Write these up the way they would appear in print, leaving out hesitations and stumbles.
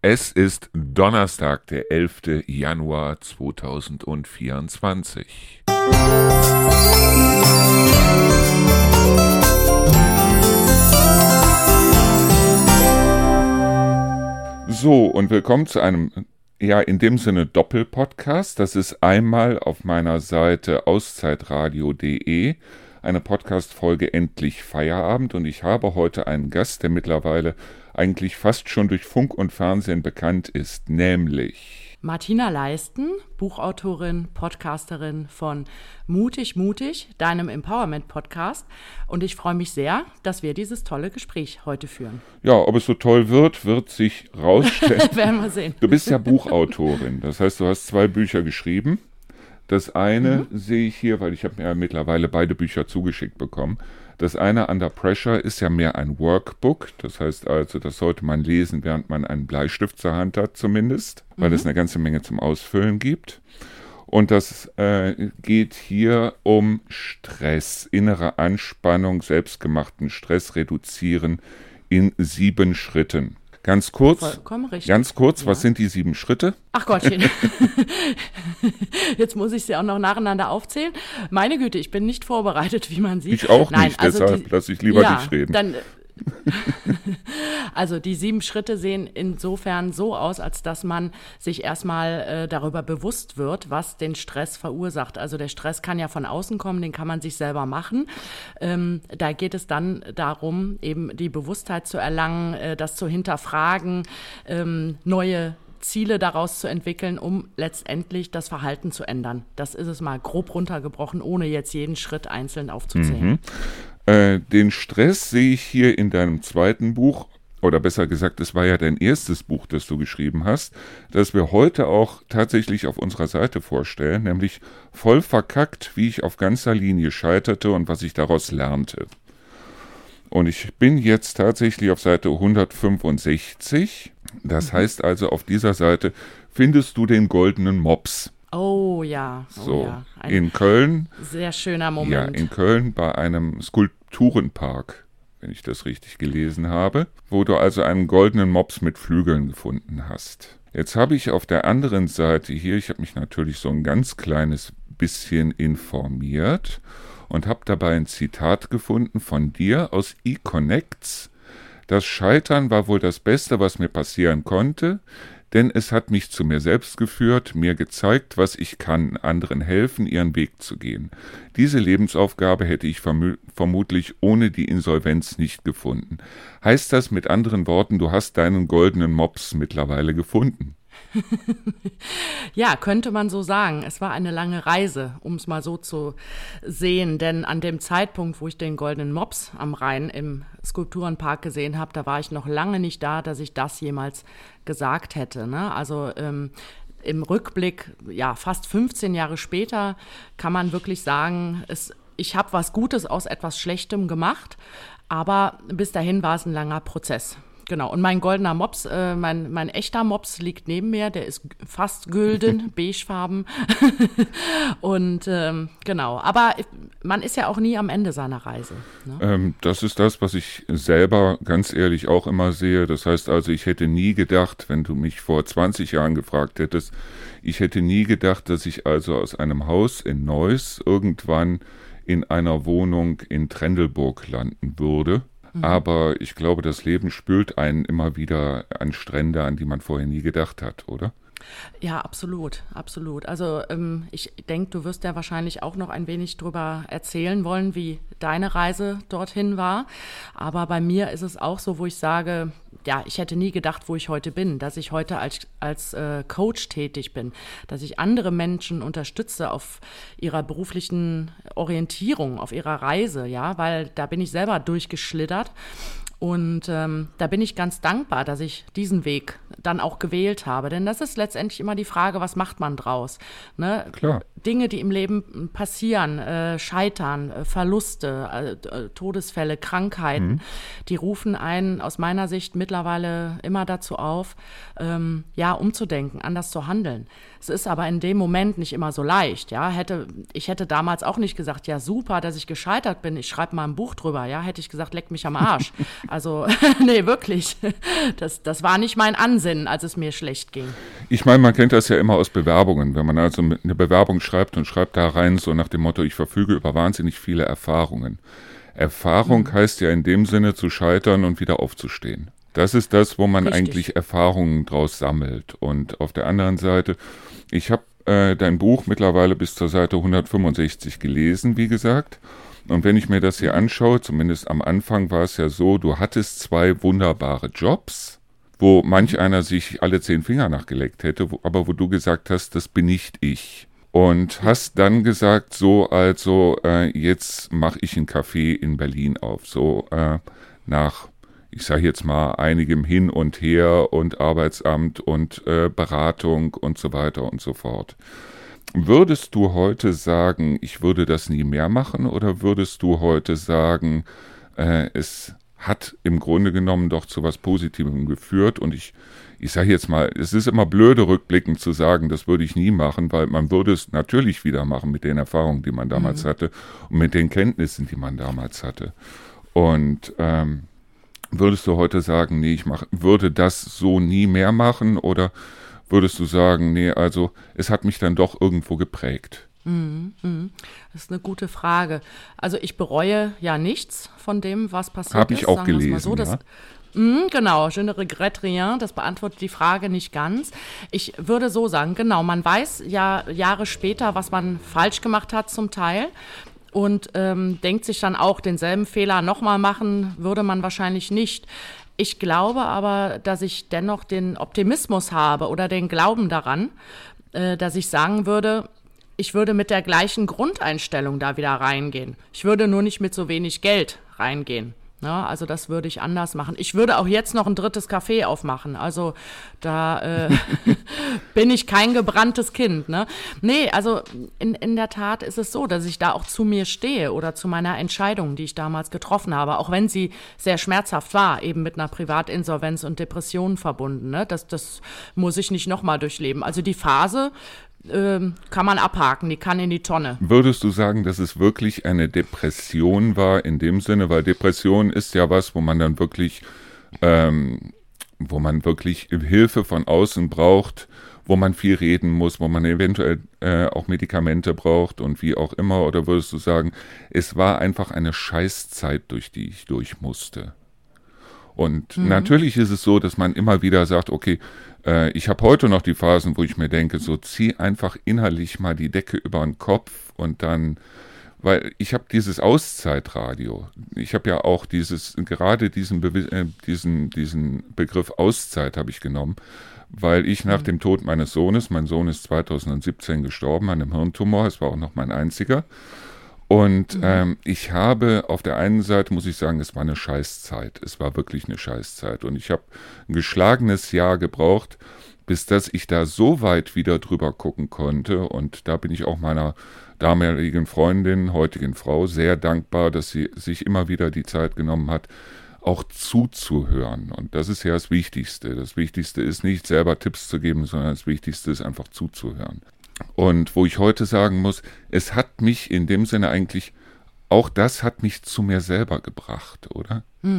Es ist Donnerstag, der 11. Januar 2024. So, und willkommen zu einem, in dem Sinne Doppelpodcast. Das ist einmal auf meiner Seite auszeitradio.de eine Podcast-Folge Endlich Feierabend. Und ich habe heute einen Gast, der mittlerweile eigentlich fast schon durch Funk und Fernsehen bekannt ist, nämlich Martina Leisten, Buchautorin, Podcasterin von Mutig, deinem Empowerment-Podcast. Und ich freue mich sehr, dass wir dieses tolle Gespräch heute führen. Ja, ob es so toll wird sich rausstellen. Werden wir sehen. Du bist ja Buchautorin, das heißt, du hast 2 Bücher geschrieben. Das eine sehe ich hier, weil ich habe mir ja mittlerweile beide Bücher zugeschickt bekommen. Das eine, Under Pressure, ist ja mehr ein Workbook. Das heißt also, das sollte man lesen, während man einen Bleistift zur Hand hat zumindest, weil es eine ganze Menge zum Ausfüllen gibt. Und das geht hier um Stress, innere Anspannung, selbstgemachten Stress reduzieren in 7 Schritten. Ganz kurz, ja. Was sind die 7 Schritte? Ach Gottchen, jetzt muss ich sie auch noch nacheinander aufzählen. Meine Güte, ich bin nicht vorbereitet, wie man sieht. Ich auch nicht, deshalb lasse ich lieber dich reden. Also die 7 Schritte sehen insofern so aus, als dass man sich erstmal darüber bewusst wird, was den Stress verursacht. Also der Stress kann ja von außen kommen, den kann man sich selber machen. Da geht es dann darum, eben die Bewusstheit zu erlangen, das zu hinterfragen, neue Ziele daraus zu entwickeln, um letztendlich das Verhalten zu ändern. Das ist es mal grob runtergebrochen, ohne jetzt jeden Schritt einzeln aufzuzählen. Den Stress sehe ich hier in deinem zweiten Buch, oder besser gesagt, es war ja dein erstes Buch, das du geschrieben hast, das wir heute auch tatsächlich auf unserer Seite vorstellen, nämlich Voll verkackt, wie ich auf ganzer Linie scheiterte und was ich daraus lernte. Und ich bin jetzt tatsächlich auf Seite 165. Das heißt also, auf dieser Seite findest du den goldenen Mops. Oh ja. In Köln. Sehr schöner Moment. Ja, in Köln bei einem Skulpturenpark, wenn ich das richtig gelesen habe, wo du also einen goldenen Mops mit Flügeln gefunden hast. Jetzt habe ich auf der anderen Seite hier, ich habe mich natürlich so ein ganz kleines bisschen informiert und habe dabei ein Zitat gefunden von dir aus eConnects. Das Scheitern war wohl das Beste, was mir passieren konnte, denn es hat mich zu mir selbst geführt, mir gezeigt, was ich kann, anderen helfen, ihren Weg zu gehen. Diese Lebensaufgabe hätte ich vermutlich ohne die Insolvenz nicht gefunden. Heißt das mit anderen Worten, du hast deinen goldenen Mops mittlerweile gefunden? Ja, könnte man so sagen. Es war eine lange Reise, um es mal so zu sehen. Denn an dem Zeitpunkt, wo ich den goldenen Mops am Rhein im Skulpturenpark gesehen habe, da war ich noch lange nicht da, dass ich das jemals gesagt hätte. Ne? Also im Rückblick, ja, fast 15 Jahre später, kann man wirklich sagen, ich habe was Gutes aus etwas Schlechtem gemacht, aber bis dahin war es ein langer Prozess. Genau, und mein goldener Mops, mein echter Mops liegt neben mir, der ist fast gülden, beigefarben und genau, aber man ist ja auch nie am Ende seiner Reise. Ne? Das ist das, was ich selber ganz ehrlich auch immer sehe. Das heißt also, ich hätte nie gedacht, wenn du mich vor 20 Jahren gefragt hättest, ich hätte nie gedacht, dass ich also aus einem Haus in Neuss irgendwann in einer Wohnung in Trendelburg landen würde. Aber ich glaube, das Leben spült einen immer wieder an Strände, an die man vorher nie gedacht hat, oder? Ja, absolut. Also ich denke, du wirst ja wahrscheinlich auch noch ein wenig drüber erzählen wollen, wie deine Reise dorthin war. Aber bei mir ist es auch so, wo ich sage, ja, ich hätte nie gedacht, wo ich heute bin, dass ich heute als Coach tätig bin, dass ich andere Menschen unterstütze auf ihrer beruflichen Orientierung, auf ihrer Reise, ja, weil da bin ich selber durchgeschlittert. Und da bin ich ganz dankbar, dass ich diesen Weg dann auch gewählt habe. Denn das ist letztendlich immer die Frage, was macht man draus? Ne? Klar. Dinge, die im Leben passieren, Scheitern, Verluste, Todesfälle, Krankheiten, die rufen einen aus meiner Sicht mittlerweile immer dazu auf, umzudenken, anders zu handeln. Es ist aber in dem Moment nicht immer so leicht. Ja? Ich hätte damals auch nicht gesagt, ja super, dass ich gescheitert bin, ich schreibe mal ein Buch drüber. Ja? Hätte ich gesagt, leck mich am Arsch. Also, nee, wirklich. Das war nicht mein Ansinnen, als es mir schlecht ging. Ich meine, man kennt das ja immer aus Bewerbungen, wenn man also eine Bewerbung schreibt und schreibt da rein so nach dem Motto, ich verfüge über wahnsinnig viele Erfahrungen. Erfahrung heißt ja in dem Sinne zu scheitern und wieder aufzustehen. Das ist das, wo man eigentlich Erfahrungen draus sammelt. Und auf der anderen Seite, ich habe dein Buch mittlerweile bis zur Seite 165 gelesen, wie gesagt. Und wenn ich mir das hier anschaue, zumindest am Anfang war es ja so, du hattest 2 wunderbare Jobs, wo manch einer sich alle 10 Finger nachgeleckt hätte, aber wo du gesagt hast, das bin nicht ich. Und hast dann gesagt, so, also jetzt mache ich ein Café in Berlin auf, so nach, ich sage jetzt mal, einigem Hin und Her und Arbeitsamt und Beratung und so weiter und so fort. Würdest du heute sagen, ich würde das nie mehr machen, oder würdest du heute sagen, es hat im Grunde genommen doch zu was Positivem geführt, und ich sage jetzt mal, es ist immer blöde rückblickend zu sagen, das würde ich nie machen, weil man würde es natürlich wieder machen mit den Erfahrungen, die man damals hatte und mit den Kenntnissen, die man damals hatte. Und würdest du heute sagen, nee, würde das so nie mehr machen, oder würdest du sagen, nee, also es hat mich dann doch irgendwo geprägt? Das ist eine gute Frage. Also ich bereue ja nichts von dem, was passiert ist. Habe ich auch gelesen, so, ja. Genau, je ne regrette rien, das beantwortet die Frage nicht ganz. Ich würde so sagen, genau, man weiß ja Jahre später, was man falsch gemacht hat zum Teil. Und denkt sich dann auch, denselben Fehler nochmal machen würde man wahrscheinlich nicht. Ich glaube aber, dass ich dennoch den Optimismus habe oder den Glauben daran, dass ich sagen würde, ich würde mit der gleichen Grundeinstellung da wieder reingehen. Ich würde nur nicht mit so wenig Geld reingehen. Ja, also das würde ich anders machen. Ich würde auch jetzt noch ein 3. Café aufmachen. Also da bin ich kein gebranntes Kind. Ne? Nee, also in der Tat ist es so, dass ich da auch zu mir stehe oder zu meiner Entscheidung, die ich damals getroffen habe, auch wenn sie sehr schmerzhaft war, eben mit einer Privatinsolvenz und Depressionen verbunden. Ne? Das muss ich nicht nochmal durchleben. Also die Phase kann man abhaken, die kann in die Tonne. Würdest du sagen, dass es wirklich eine Depression war in dem Sinne, weil Depression ist ja was, wo man dann wirklich, Hilfe von außen braucht, wo man viel reden muss, wo man eventuell auch Medikamente braucht und wie auch immer, oder würdest du sagen, es war einfach eine Scheißzeit, durch die ich durch musste? Und natürlich ist es so, dass man immer wieder sagt, okay, ich habe heute noch die Phasen, wo ich mir denke, so zieh einfach innerlich mal die Decke über den Kopf und dann, weil ich habe dieses Auszeitradio, ich habe ja auch diesen Begriff Auszeit habe ich genommen, weil ich nach dem Tod meines Sohnes, mein Sohn ist 2017 gestorben an einem Hirntumor, es war auch noch mein einziger. Und ich habe auf der einen Seite, muss ich sagen, es war eine Scheißzeit. Es war wirklich eine Scheißzeit. Und ich habe ein geschlagenes Jahr gebraucht, bis dass ich da so weit wieder drüber gucken konnte. Und da bin ich auch meiner damaligen Freundin, heutigen Frau, sehr dankbar, dass sie sich immer wieder die Zeit genommen hat, auch zuzuhören. Und das ist ja das Wichtigste. Das Wichtigste ist nicht selber Tipps zu geben, sondern das Wichtigste ist einfach zuzuhören. Und wo ich heute sagen muss, es hat mich in dem Sinne eigentlich, auch das hat mich zu mir selber gebracht, oder?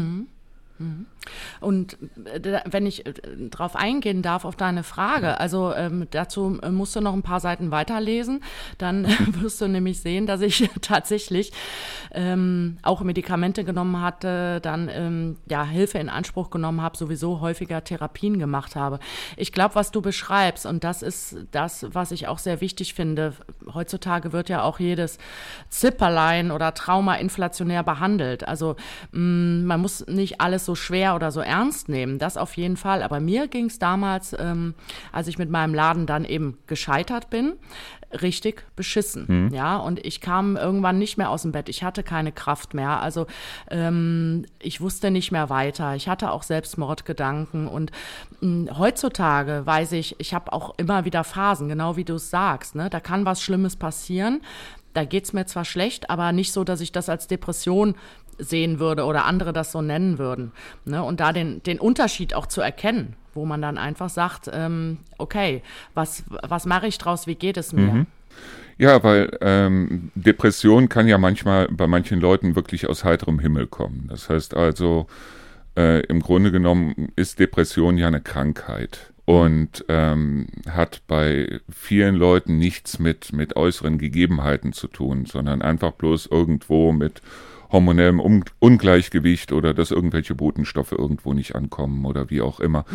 Und wenn ich darauf eingehen darf, auf deine Frage, also dazu musst du noch ein paar Seiten weiterlesen, dann wirst du nämlich sehen, dass ich tatsächlich auch Medikamente genommen hatte, dann Hilfe in Anspruch genommen habe, sowieso häufiger Therapien gemacht habe. Ich glaube, was du beschreibst, und das ist das, was ich auch sehr wichtig finde, heutzutage wird ja auch jedes Zipperlein oder Trauma inflationär behandelt. Also man muss nicht alles so schwer oder so ernst nehmen, das auf jeden Fall. Aber mir ging es damals, als ich mit meinem Laden dann eben gescheitert bin, richtig beschissen. Ja, und ich kam irgendwann nicht mehr aus dem Bett. Ich hatte keine Kraft mehr. Also ich wusste nicht mehr weiter. Ich hatte auch Selbstmordgedanken. Und heutzutage weiß ich, ich habe auch immer wieder Phasen, genau wie du es sagst. Ne? Da kann was Schlimmes passieren. Da geht es mir zwar schlecht, aber nicht so, dass ich das als Depression sehen würde oder andere das so nennen würden. Ne? Und da den Unterschied auch zu erkennen, wo man dann einfach sagt, okay, was mache ich draus, wie geht es mir? Ja, weil Depression kann ja manchmal bei manchen Leuten wirklich aus heiterem Himmel kommen. Das heißt also, im Grunde genommen ist Depression ja eine Krankheit und hat bei vielen Leuten nichts mit äußeren Gegebenheiten zu tun, sondern einfach bloß irgendwo mit hormonellem Ungleichgewicht oder dass irgendwelche Botenstoffe irgendwo nicht ankommen oder wie auch immer.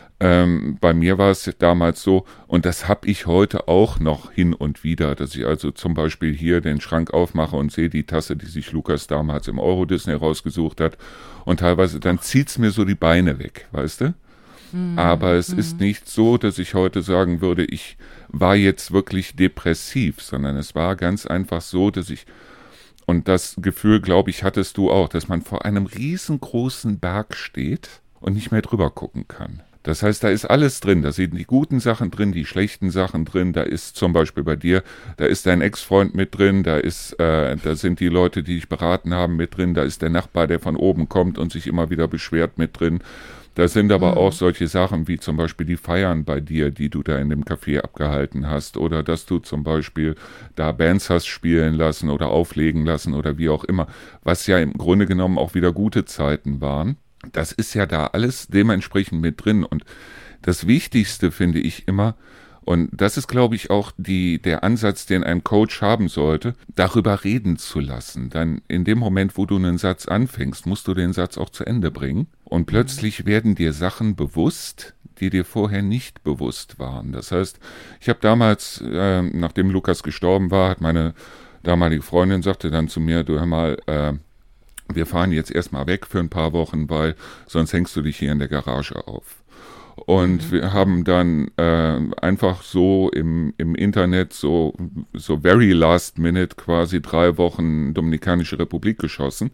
Bei mir war es damals so, und das habe ich heute auch noch hin und wieder, dass ich also zum Beispiel hier den Schrank aufmache und sehe die Tasse, die sich Lukas damals im Euro Disney rausgesucht hat, und teilweise dann zieht's mir so die Beine weg, weißt du? Aber es ist nicht so, dass ich heute sagen würde, ich war jetzt wirklich depressiv, sondern es war ganz einfach so, dass ich, und das Gefühl, glaube ich, hattest du auch, dass man vor einem riesengroßen Berg steht und nicht mehr drüber gucken kann. Das heißt, da ist alles drin, da sind die guten Sachen drin, die schlechten Sachen drin, da ist zum Beispiel bei dir, da ist dein Ex-Freund mit drin, da sind die Leute, die dich beraten haben, mit drin, da ist der Nachbar, der von oben kommt und sich immer wieder beschwert, mit drin. Da sind aber auch solche Sachen wie zum Beispiel die Feiern bei dir, die du da in dem Café abgehalten hast, oder dass du zum Beispiel da Bands hast spielen lassen oder auflegen lassen oder wie auch immer, was ja im Grunde genommen auch wieder gute Zeiten waren. Das ist ja da alles dementsprechend mit drin, und das Wichtigste finde ich immer, und das ist, glaube ich, auch der Ansatz, den ein Coach haben sollte, darüber reden zu lassen. Dann in dem Moment, wo du einen Satz anfängst, musst du den Satz auch zu Ende bringen. Und plötzlich werden dir Sachen bewusst, die dir vorher nicht bewusst waren. Das heißt, ich habe damals, nachdem Lukas gestorben war, hat meine damalige Freundin sagte dann zu mir, du hör mal, wir fahren jetzt erstmal weg für ein paar Wochen, weil sonst hängst du dich hier in der Garage auf. Und wir haben dann einfach so im Internet so very last minute quasi 3 Wochen Dominikanische Republik geschossen.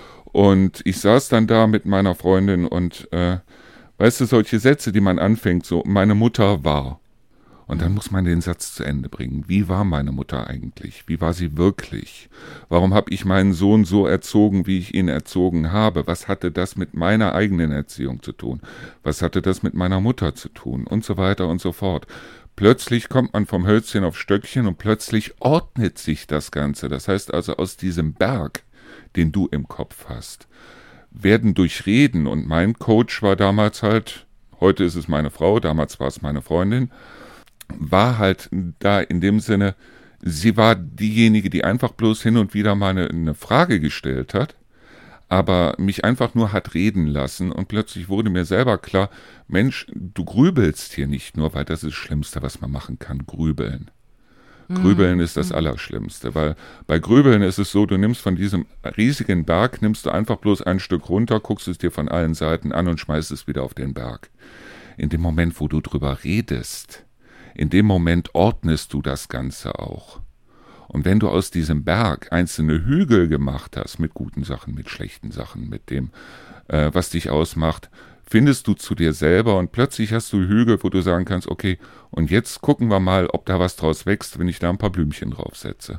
Und ich saß dann da mit meiner Freundin und weißt du, solche Sätze, die man anfängt, so, meine Mutter war. Und dann muss man den Satz zu Ende bringen. Wie war meine Mutter eigentlich? Wie war sie wirklich? Warum habe ich meinen Sohn so erzogen, wie ich ihn erzogen habe? Was hatte das mit meiner eigenen Erziehung zu tun? Was hatte das mit meiner Mutter zu tun? Und so weiter und so fort. Plötzlich kommt man vom Hölzchen auf Stöckchen und plötzlich ordnet sich das Ganze. Das heißt also, aus diesem Berg, den du im Kopf hast, werden durch Reden, und mein Coach war damals halt, heute ist es meine Frau, damals war es meine Freundin, war halt da in dem Sinne, sie war diejenige, die einfach bloß hin und wieder mal eine Frage gestellt hat, aber mich einfach nur hat reden lassen, und plötzlich wurde mir selber klar, Mensch, du grübelst hier nicht nur, weil das ist das Schlimmste, was man machen kann, grübeln. Grübeln ist das Allerschlimmste, weil bei Grübeln ist es so, du nimmst von diesem riesigen Berg, nimmst du einfach bloß ein Stück runter, guckst es dir von allen Seiten an und schmeißt es wieder auf den Berg. In dem Moment, wo du drüber redest, in dem Moment ordnest du das Ganze auch. Und wenn du aus diesem Berg einzelne Hügel gemacht hast, mit guten Sachen, mit schlechten Sachen, mit dem, was dich ausmacht, findest du zu dir selber, und plötzlich hast du Hügel, wo du sagen kannst, okay, und jetzt gucken wir mal, ob da was draus wächst, wenn ich da ein paar Blümchen draufsetze.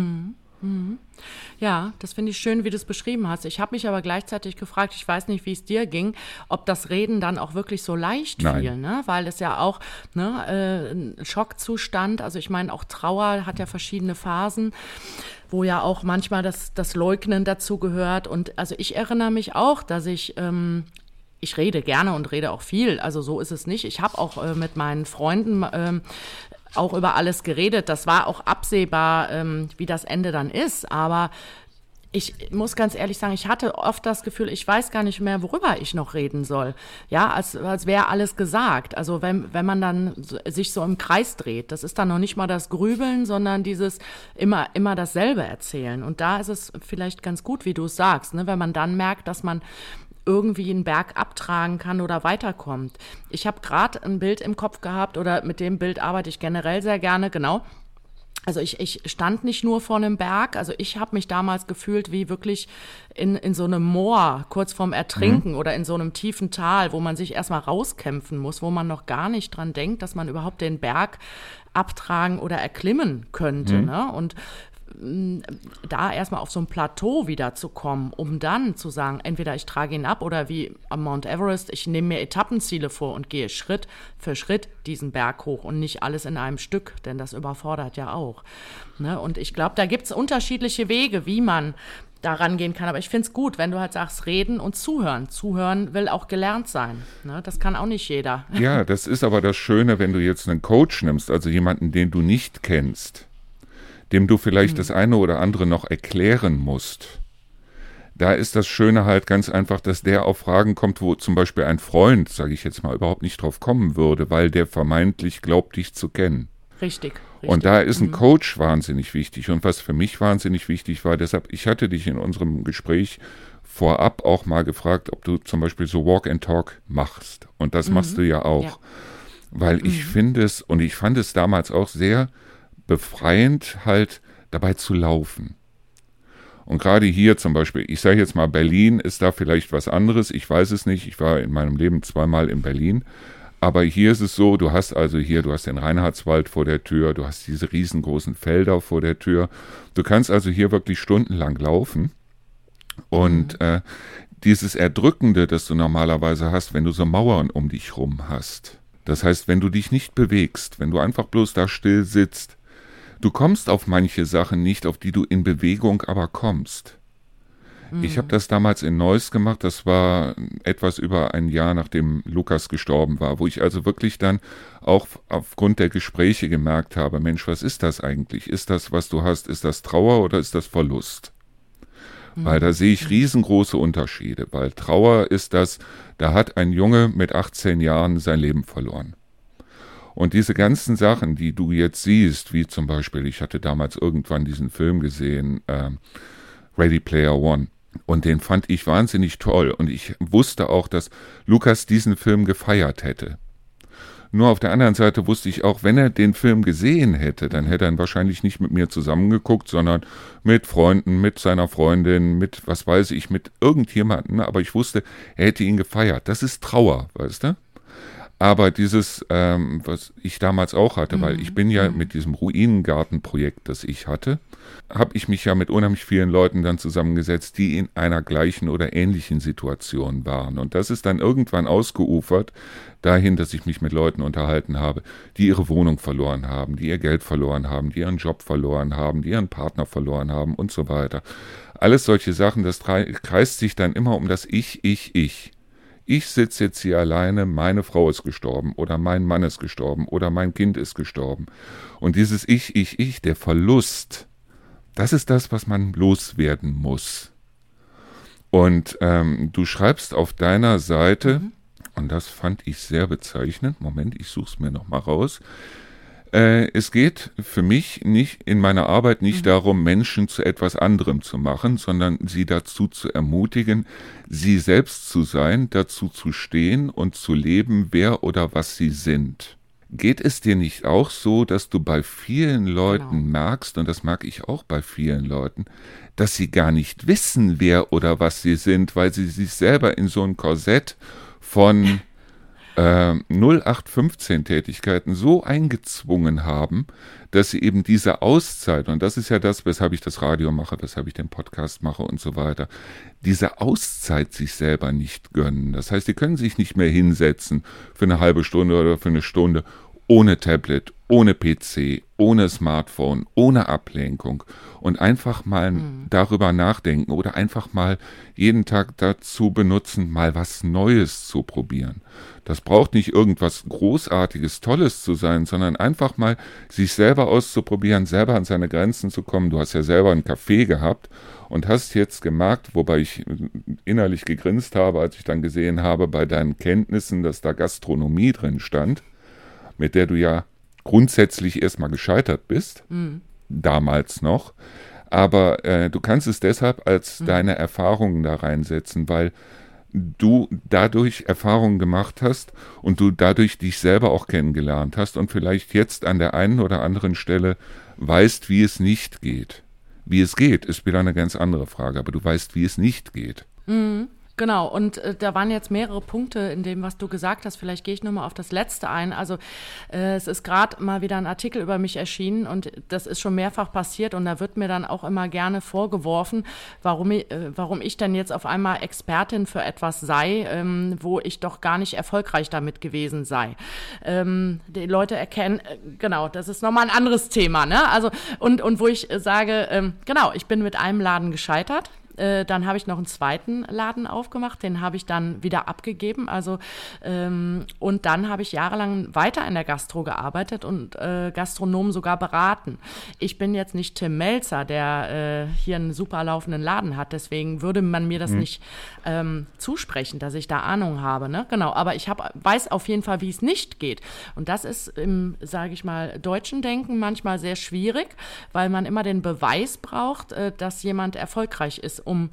Ja, das finde ich schön, wie du es beschrieben hast. Ich habe mich aber gleichzeitig gefragt, ich weiß nicht, wie es dir ging, ob das Reden dann auch wirklich so leicht fiel, ne? Weil es ja auch ein Schockzustand, also ich meine, auch Trauer hat ja verschiedene Phasen, wo ja auch manchmal das Leugnen dazu gehört. Und also ich erinnere mich auch, dass ich rede gerne und rede auch viel, also so ist es nicht. Ich habe auch mit meinen Freunden auch über alles geredet. Das war auch absehbar, wie das Ende dann ist. Aber ich muss ganz ehrlich sagen, ich hatte oft das Gefühl, ich weiß gar nicht mehr, worüber ich noch reden soll. Ja, als wäre alles gesagt. Also wenn man dann sich so im Kreis dreht, das ist dann noch nicht mal das Grübeln, sondern dieses immer dasselbe erzählen. Und da ist es vielleicht ganz gut, wie du es sagst, ne? Wenn man dann merkt, dass man irgendwie einen Berg abtragen kann oder weiterkommt. Ich habe gerade ein Bild im Kopf gehabt, oder mit dem Bild arbeite ich generell sehr gerne, genau. Also ich stand nicht nur vor einem Berg, also ich habe mich damals gefühlt wie wirklich in so einem Moor, kurz vorm Ertrinken oder in so einem tiefen Tal, wo man sich erstmal rauskämpfen muss, wo man noch gar nicht dran denkt, dass man überhaupt den Berg abtragen oder erklimmen könnte, ne? Und da erstmal auf so ein Plateau wieder zu kommen, um dann zu sagen, entweder ich trage ihn ab oder wie am Mount Everest, ich nehme mir Etappenziele vor und gehe Schritt für Schritt diesen Berg hoch und nicht alles in einem Stück, denn das überfordert ja auch. Ne? Und ich glaube, da gibt es unterschiedliche Wege, wie man da rangehen kann. Aber ich finde es gut, wenn du halt sagst, reden und zuhören. Zuhören will auch gelernt sein. Ne? Das kann auch nicht jeder. Ja, das ist aber das Schöne, wenn du jetzt einen Coach nimmst, also jemanden, den du nicht kennst, dem du vielleicht das eine oder andere noch erklären musst. Da ist das Schöne halt ganz einfach, dass der auf Fragen kommt, wo zum Beispiel ein Freund, sage ich jetzt mal, überhaupt nicht drauf kommen würde, weil der vermeintlich glaubt, dich zu kennen. Richtig. Und da ist ein Coach wahnsinnig wichtig. Und was für mich wahnsinnig wichtig war, deshalb, ich hatte dich in unserem Gespräch vorab auch mal gefragt, ob du zum Beispiel so Walk and Talk machst. Und das machst du ja auch. Ja. Weil ich finde es, und ich fand es damals auch sehr befreiend, halt dabei zu laufen. Und gerade hier zum Beispiel, ich sage jetzt mal, Berlin ist da vielleicht was anderes, ich weiß es nicht, ich war in meinem Leben 2-mal in Berlin, aber hier ist es so, du hast den Reinhardswald vor der Tür, du hast diese riesengroßen Felder vor der Tür, du kannst also hier wirklich stundenlang laufen und dieses Erdrückende, das du normalerweise hast, wenn du so Mauern um dich rum hast, das heißt, wenn du dich nicht bewegst, wenn du einfach bloß da still sitzt, du kommst auf manche Sachen nicht, auf die du in Bewegung aber kommst. Ich habe das damals in Neuss gemacht, das war etwas über ein Jahr, nachdem Lukas gestorben war, wo ich also wirklich dann auch aufgrund der Gespräche gemerkt habe, Mensch, was ist das eigentlich? Ist das, was du hast, ist das Trauer oder ist das Verlust? Weil da sehe ich riesengroße Unterschiede, weil Trauer ist das, da hat ein Junge mit 18 Jahren sein Leben verloren. Und diese ganzen Sachen, die du jetzt siehst, wie zum Beispiel, ich hatte damals irgendwann diesen Film gesehen, Ready Player One, und den fand ich wahnsinnig toll. Und ich wusste auch, dass Lukas diesen Film gefeiert hätte. Nur auf der anderen Seite wusste ich auch, wenn er den Film gesehen hätte, dann hätte er ihn wahrscheinlich nicht mit mir zusammengeguckt, sondern mit Freunden, mit seiner Freundin, mit, was weiß ich, mit irgendjemandem. Aber ich wusste, er hätte ihn gefeiert. Das ist Trauer, weißt du? Aber dieses, was ich damals auch hatte, weil ich bin ja mit diesem Ruinengartenprojekt, das ich hatte, habe ich mich ja mit unheimlich vielen Leuten dann zusammengesetzt, die in einer gleichen oder ähnlichen Situation waren. Und das ist dann irgendwann ausgeufert dahin, dass ich mich mit Leuten unterhalten habe, die ihre Wohnung verloren haben, die ihr Geld verloren haben, die ihren Job verloren haben, die ihren Partner verloren haben und so weiter. Alles solche Sachen, das kreist sich dann immer um das Ich. Ich sitze jetzt hier alleine, meine Frau ist gestorben oder mein Mann ist gestorben oder mein Kind ist gestorben. Und dieses Ich, der Verlust, das ist das, was man loswerden muss. Und du schreibst auf deiner Seite, und das fand ich sehr bezeichnend, Moment, ich suche es mir nochmal raus, es geht für mich nicht in meiner Arbeit nicht darum, Menschen zu etwas anderem zu machen, sondern sie dazu zu ermutigen, sie selbst zu sein, dazu zu stehen und zu leben, wer oder was sie sind. Geht es dir nicht auch so, dass du bei vielen Leuten merkst, und das mag ich auch bei vielen Leuten, dass sie gar nicht wissen, wer oder was sie sind, weil sie sich selber in so ein Korsett von 0815-Tätigkeiten so eingezwungen haben, dass sie eben diese Auszeit, und das ist ja das, weshalb ich das Radio mache, weshalb ich den Podcast mache und so weiter, diese Auszeit sich selber nicht gönnen. Das heißt, die können sich nicht mehr hinsetzen für eine halbe Stunde oder für eine Stunde ohne Tablet, ohne PC, ohne Smartphone, ohne Ablenkung und einfach mal darüber nachdenken oder einfach mal jeden Tag dazu benutzen, mal was Neues zu probieren. Das braucht nicht irgendwas Großartiges, Tolles zu sein, sondern einfach mal sich selber auszuprobieren, selber an seine Grenzen zu kommen. Du hast ja selber einen Café gehabt und hast jetzt gemerkt, wobei ich innerlich gegrinst habe, als ich dann gesehen habe bei deinen Kenntnissen, dass da Gastronomie drin stand, mit der du ja grundsätzlich erstmal gescheitert bist, damals noch. Aber du kannst es deshalb als deine Erfahrungen da reinsetzen, weil du dadurch Erfahrungen gemacht hast und du dadurch dich selber auch kennengelernt hast und vielleicht jetzt an der einen oder anderen Stelle weißt, wie es nicht geht. Wie es geht, ist wieder eine ganz andere Frage, aber du weißt, wie es nicht geht. Genau, und da waren jetzt mehrere Punkte in dem, was du gesagt hast. Vielleicht gehe ich nochmal auf das Letzte ein. Also es ist gerade mal wieder ein Artikel über mich erschienen und das ist schon mehrfach passiert und da wird mir dann auch immer gerne vorgeworfen, warum ich denn jetzt auf einmal Expertin für etwas sei, wo ich doch gar nicht erfolgreich damit gewesen sei. Die Leute erkennen, genau, das ist nochmal ein anderes Thema, ne? Also und wo ich sage, genau, ich bin mit einem Laden gescheitert. Dann habe ich noch einen zweiten Laden aufgemacht, den habe ich dann wieder abgegeben. Also und dann habe ich jahrelang weiter in der Gastro gearbeitet und Gastronomen sogar beraten. Ich bin jetzt nicht Tim Melzer, der hier einen super laufenden Laden hat. Deswegen würde man mir das nicht zusprechen, dass ich da Ahnung habe. Ne? Genau, aber ich weiß auf jeden Fall, wie es nicht geht. Und das ist im, sage ich mal, deutschen Denken manchmal sehr schwierig, weil man immer den Beweis braucht, dass jemand erfolgreich ist, um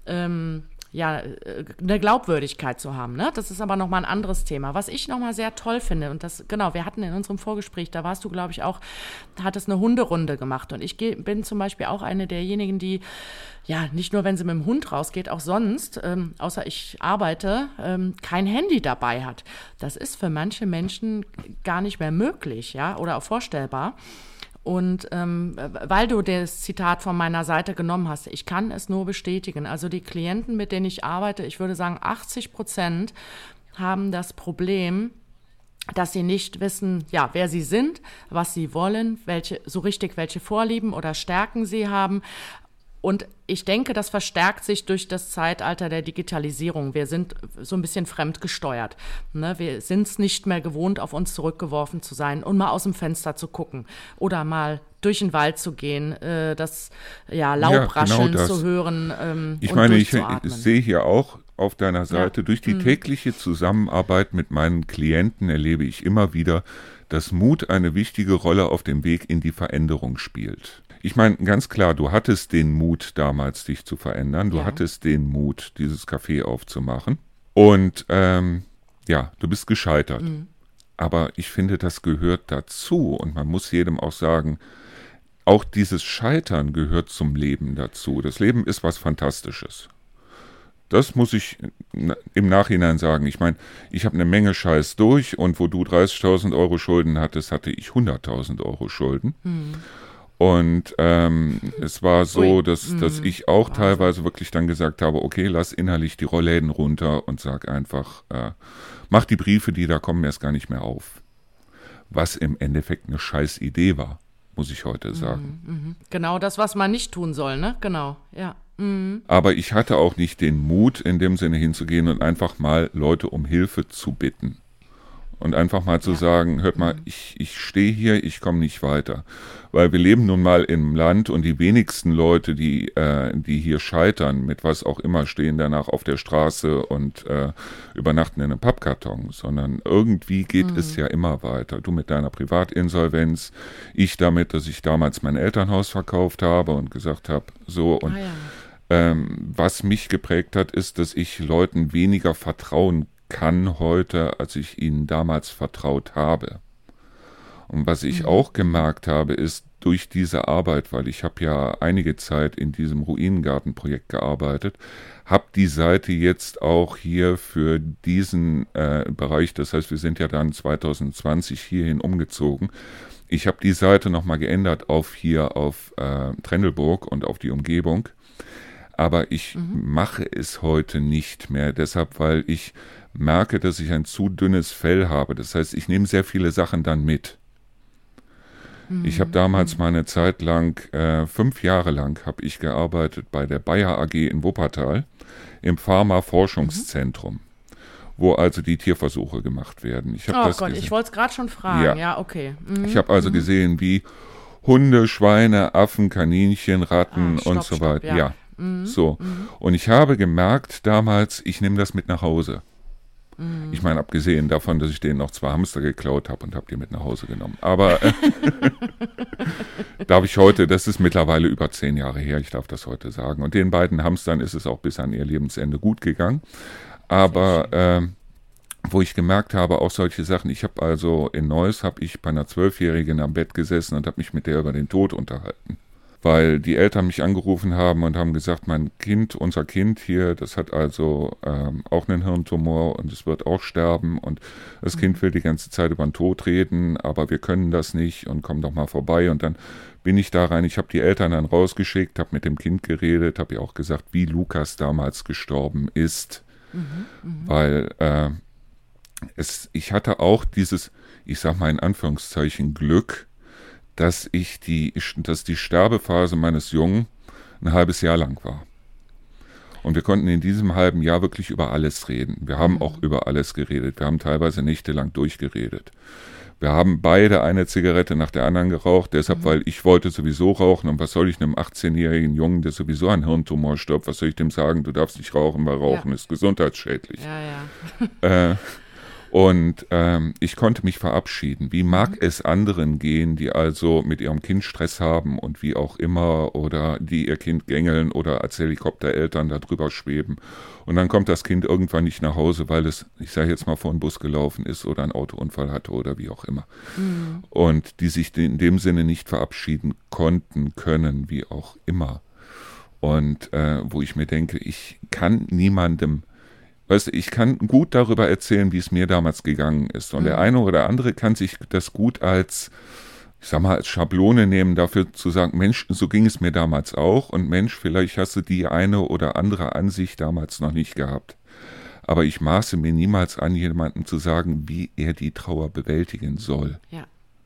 eine Glaubwürdigkeit zu haben. Ne? Das ist aber nochmal ein anderes Thema. Was ich nochmal sehr toll finde, und das, genau, wir hatten in unserem Vorgespräch, da warst du, glaube ich, auch, hattest eine Hunderunde gemacht. Und ich bin zum Beispiel auch eine derjenigen, die, ja, nicht nur, wenn sie mit dem Hund rausgeht, auch sonst, außer ich arbeite, kein Handy dabei hat. Das ist für manche Menschen gar nicht mehr möglich, ja, oder auch vorstellbar. Und weil du das Zitat von meiner Seite genommen hast, ich kann es nur bestätigen. Also die Klienten, mit denen ich arbeite, ich würde sagen 80% haben das Problem, dass sie nicht wissen, ja, wer sie sind, was sie wollen, welche Vorlieben oder Stärken sie haben. Und ich denke, das verstärkt sich durch das Zeitalter der Digitalisierung. Wir sind so ein bisschen fremdgesteuert. Ne? Wir sind es nicht mehr gewohnt, auf uns zurückgeworfen zu sein und mal aus dem Fenster zu gucken oder mal durch den Wald zu gehen, das Laubrascheln zu hören ich meine, ich sehe hier auch auf deiner Seite, durch die tägliche Zusammenarbeit mit meinen Klienten erlebe ich immer wieder, dass Mut eine wichtige Rolle auf dem Weg in die Veränderung spielt. Ich meine, ganz klar, du hattest den Mut damals, dich zu verändern. Du hattest den Mut, dieses Café aufzumachen. Und du bist gescheitert. Aber ich finde, das gehört dazu. Und man muss jedem auch sagen, auch dieses Scheitern gehört zum Leben dazu. Das Leben ist was Fantastisches. Das muss ich im Nachhinein sagen. Ich meine, ich habe eine Menge Scheiß durch und wo du 30.000 Euro Schulden hattest, hatte ich 100.000 Euro Schulden. Und es war so, dass ich auch teilweise wirklich dann gesagt habe, okay, lass innerlich die Rollläden runter und sag einfach, mach die Briefe, die da kommen, erst gar nicht mehr auf. Was im Endeffekt eine scheiß Idee war, muss ich heute sagen. Genau das, was man nicht tun soll, ne? Genau, ja. Aber ich hatte auch nicht den Mut, in dem Sinne hinzugehen und einfach mal Leute um Hilfe zu bitten. Und einfach mal zu sagen, hört mal, ich stehe hier, ich komme nicht weiter. Weil wir leben nun mal im Land und die wenigsten Leute, die hier scheitern, mit was auch immer, stehen danach auf der Straße und übernachten in einem Pappkarton. Sondern irgendwie geht es ja immer weiter. Du mit deiner Privatinsolvenz, ich damit, dass ich damals mein Elternhaus verkauft habe und gesagt habe, so und was mich geprägt hat, ist, dass ich Leuten weniger vertrauen kann heute, als ich ihnen damals vertraut habe. Und was ich auch gemerkt habe, ist durch diese Arbeit, weil ich habe ja einige Zeit in diesem Ruinengartenprojekt gearbeitet, habe die Seite jetzt auch hier für diesen Bereich, das heißt, wir sind ja dann 2020 hierhin umgezogen. Ich habe die Seite nochmal geändert auf Trendelburg und auf die Umgebung. Aber ich mache es heute nicht mehr, deshalb, weil ich merke, dass ich ein zu dünnes Fell habe. Das heißt, ich nehme sehr viele Sachen dann mit. Ich habe damals mal eine Zeit lang, 5 Jahre lang, habe ich gearbeitet bei der Bayer AG in Wuppertal im Pharma-Forschungszentrum, wo also die Tierversuche gemacht werden. Ich wollte es gerade schon fragen. Ja, okay. Ich habe also gesehen, wie Hunde, Schweine, Affen, Kaninchen, Ratten und so weiter. Ja. Und ich habe gemerkt damals, ich nehme das mit nach Hause. Ich meine, abgesehen davon, dass ich denen noch 2 Hamster geklaut habe und habe die mit nach Hause genommen. Aber darf ich heute, das ist mittlerweile über 10 Jahre her, ich darf das heute sagen. Und den beiden Hamstern ist es auch bis an ihr Lebensende gut gegangen. Aber wo ich gemerkt habe, auch solche Sachen, ich habe also in Neuss, habe ich bei einer 12-Jährigen am Bett gesessen und habe mich mit der über den Tod unterhalten. Weil die Eltern mich angerufen haben und haben gesagt, unser Kind hier, das hat also auch einen Hirntumor und es wird auch sterben und das Kind will die ganze Zeit über den Tod reden, aber wir können das nicht und komm doch mal vorbei. Und dann bin ich da rein, ich habe die Eltern dann rausgeschickt, habe mit dem Kind geredet, habe ihr auch gesagt, wie Lukas damals gestorben ist. Weil ich hatte auch dieses, ich sag mal in Anführungszeichen, Glück, dass die Sterbephase meines Jungen ein halbes Jahr lang war. Und wir konnten in diesem halben Jahr wirklich über alles reden. Wir haben auch über alles geredet. Wir haben teilweise nächtelang durchgeredet. Wir haben beide eine Zigarette nach der anderen geraucht, deshalb, weil ich wollte sowieso rauchen. Und was soll ich einem 18-jährigen Jungen, der sowieso an Hirntumor stirbt, was soll ich dem sagen? Du darfst nicht rauchen, weil Rauchen ist gesundheitsschädlich. Und ich konnte mich verabschieden. Wie mag es anderen gehen, die also mit ihrem Kind Stress haben und wie auch immer oder die ihr Kind gängeln oder als Helikoptereltern da drüber schweben. Und dann kommt das Kind irgendwann nicht nach Hause, weil es, ich sage jetzt mal, vor einen Bus gelaufen ist oder einen Autounfall hatte oder wie auch immer. Und die sich in dem Sinne nicht verabschieden konnten, können, wie auch immer. Und wo ich mir denke, ich kann niemandem, weißt du, ich kann gut darüber erzählen, wie es mir damals gegangen ist. Und der eine oder andere kann sich das gut als, ich sag mal, als Schablone nehmen, dafür zu sagen, Mensch, so ging es mir damals auch. Und Mensch, vielleicht hast du die eine oder andere Ansicht damals noch nicht gehabt. Aber ich maße mir niemals an, jemandem zu sagen, wie er die Trauer bewältigen soll. Ja.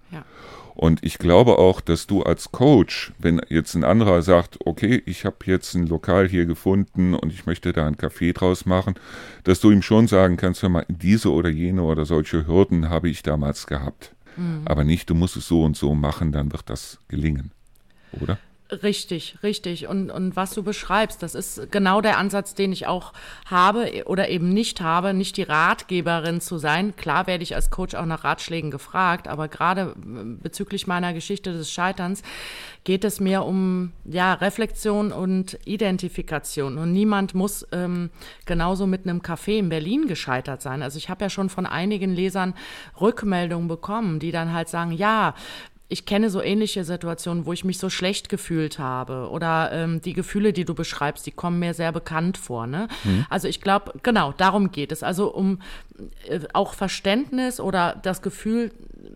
Und ich glaube auch, dass du als Coach, wenn jetzt ein anderer sagt, okay, ich habe jetzt ein Lokal hier gefunden und ich möchte da einen Café draus machen, dass du ihm schon sagen kannst, hör mal, diese oder jene oder solche Hürden habe ich damals gehabt. Aber nicht, du musst es so und so machen, dann wird das gelingen, oder? Richtig. Und was du beschreibst, das ist genau der Ansatz, den ich auch habe oder eben nicht habe, nicht die Ratgeberin zu sein. Klar werde ich als Coach auch nach Ratschlägen gefragt, aber gerade bezüglich meiner Geschichte des Scheiterns geht es mir um Reflexion und Identifikation. Und niemand muss genauso mit einem Café in Berlin gescheitert sein. Also ich habe ja schon von einigen Lesern Rückmeldungen bekommen, die dann halt sagen, ja, ich kenne so ähnliche Situationen, wo ich mich so schlecht gefühlt habe oder die Gefühle, die du beschreibst, die kommen mir sehr bekannt vor. Ne? Also ich glaube, genau, darum geht es. Also um auch Verständnis oder das Gefühl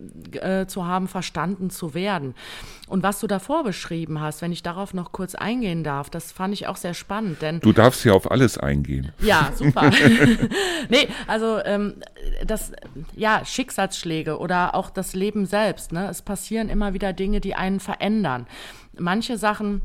zu haben, verstanden zu werden. Und was du davor beschrieben hast, wenn ich darauf noch kurz eingehen darf, das fand ich auch sehr spannend. Denn du darfst ja auf alles eingehen. Ja, super. Nee, also Schicksalsschläge oder auch das Leben selbst. Ne? Es passieren immer wieder Dinge, die einen verändern. Manche Sachen,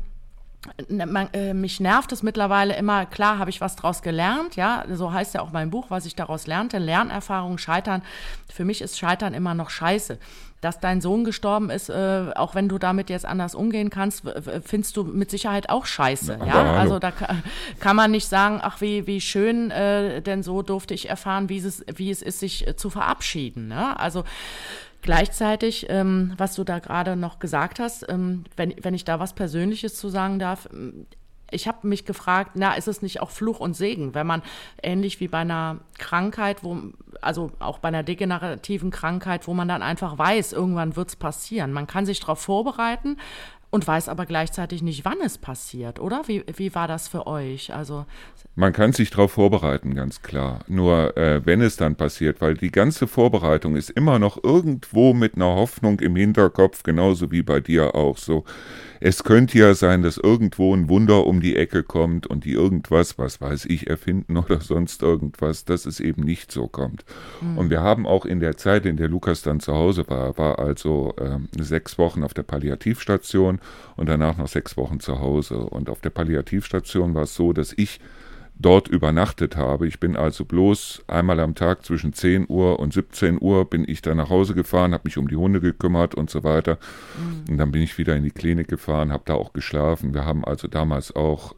mich nervt es mittlerweile immer, klar habe ich was draus gelernt, ja, so heißt ja auch mein Buch, was ich daraus lernte, Lernerfahrung, Scheitern. Für mich ist Scheitern immer noch scheiße. Dass dein Sohn gestorben ist, auch wenn du damit jetzt anders umgehen kannst, findest du mit Sicherheit auch scheiße. Ja? Also da kann man nicht sagen, ach wie schön, denn so durfte ich erfahren, wie es ist, sich zu verabschieden. Ne? Also gleichzeitig, was du da gerade noch gesagt hast, wenn ich da was Persönliches zu sagen darf, ich habe mich gefragt, ist es nicht auch Fluch und Segen, wenn man ähnlich wie bei einer Krankheit, also auch bei einer degenerativen Krankheit, wo man dann einfach weiß, irgendwann wird es passieren. Man kann sich darauf vorbereiten und weiß aber gleichzeitig nicht, wann es passiert, oder? Wie war das für euch? Also man kann sich darauf vorbereiten, ganz klar. Nur wenn es dann passiert, weil die ganze Vorbereitung ist immer noch irgendwo mit einer Hoffnung im Hinterkopf, genauso wie bei dir auch so. Es könnte ja sein, dass irgendwo ein Wunder um die Ecke kommt und die irgendwas, was weiß ich, erfinden oder sonst irgendwas, dass es eben nicht so kommt. Und wir haben auch in der Zeit, in der Lukas dann zu Hause war also 6 Wochen auf der Palliativstation und danach noch 6 Wochen zu Hause. Und auf der Palliativstation war es so, dass ich dort übernachtet habe. Ich bin also bloß einmal am Tag zwischen 10 Uhr und 17 Uhr bin ich dann nach Hause gefahren, habe mich um die Hunde gekümmert und so weiter. Und dann bin ich wieder in die Klinik gefahren, habe da auch geschlafen. Wir haben also damals auch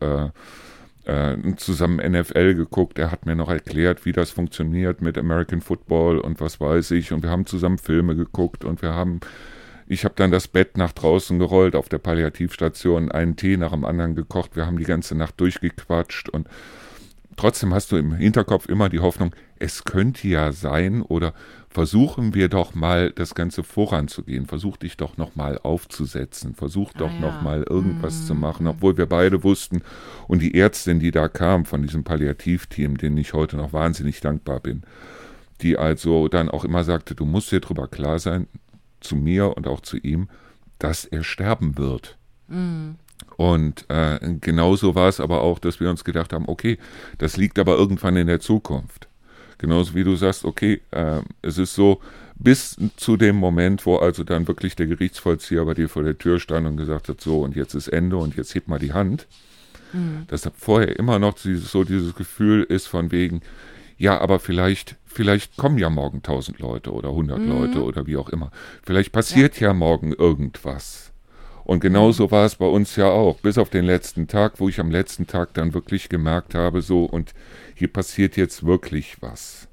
zusammen NFL geguckt. Er hat mir noch erklärt, wie das funktioniert mit American Football und was weiß ich. Und wir haben zusammen Filme geguckt und ich habe dann das Bett nach draußen gerollt auf der Palliativstation, einen Tee nach dem anderen gekocht. Wir haben die ganze Nacht durchgequatscht und trotzdem hast du im Hinterkopf immer die Hoffnung, es könnte ja sein oder versuchen wir doch mal das Ganze voranzugehen. Versuch dich doch noch mal aufzusetzen. Versuch doch noch mal irgendwas zu machen, obwohl wir beide wussten und die Ärztin, die da kam von diesem Palliativteam, denen ich heute noch wahnsinnig dankbar bin, die also dann auch immer sagte, du musst dir drüber klar sein, zu mir und auch zu ihm, dass er sterben wird. Und genauso war es aber auch, dass wir uns gedacht haben, okay, das liegt aber irgendwann in der Zukunft. Genauso wie du sagst, okay, es ist so, bis zu dem Moment, wo also dann wirklich der Gerichtsvollzieher bei dir vor der Tür stand und gesagt hat, so und jetzt ist Ende und jetzt heb mal die Hand, Dass vorher immer noch dieses Gefühl ist von wegen, ja, aber vielleicht kommen ja morgen 1000 Leute oder 100 Leute oder wie auch immer. Vielleicht passiert ja morgen irgendwas. Und genauso war es bei uns ja auch, bis auf den letzten Tag, wo ich am letzten Tag dann wirklich gemerkt habe, so, und hier passiert jetzt wirklich was.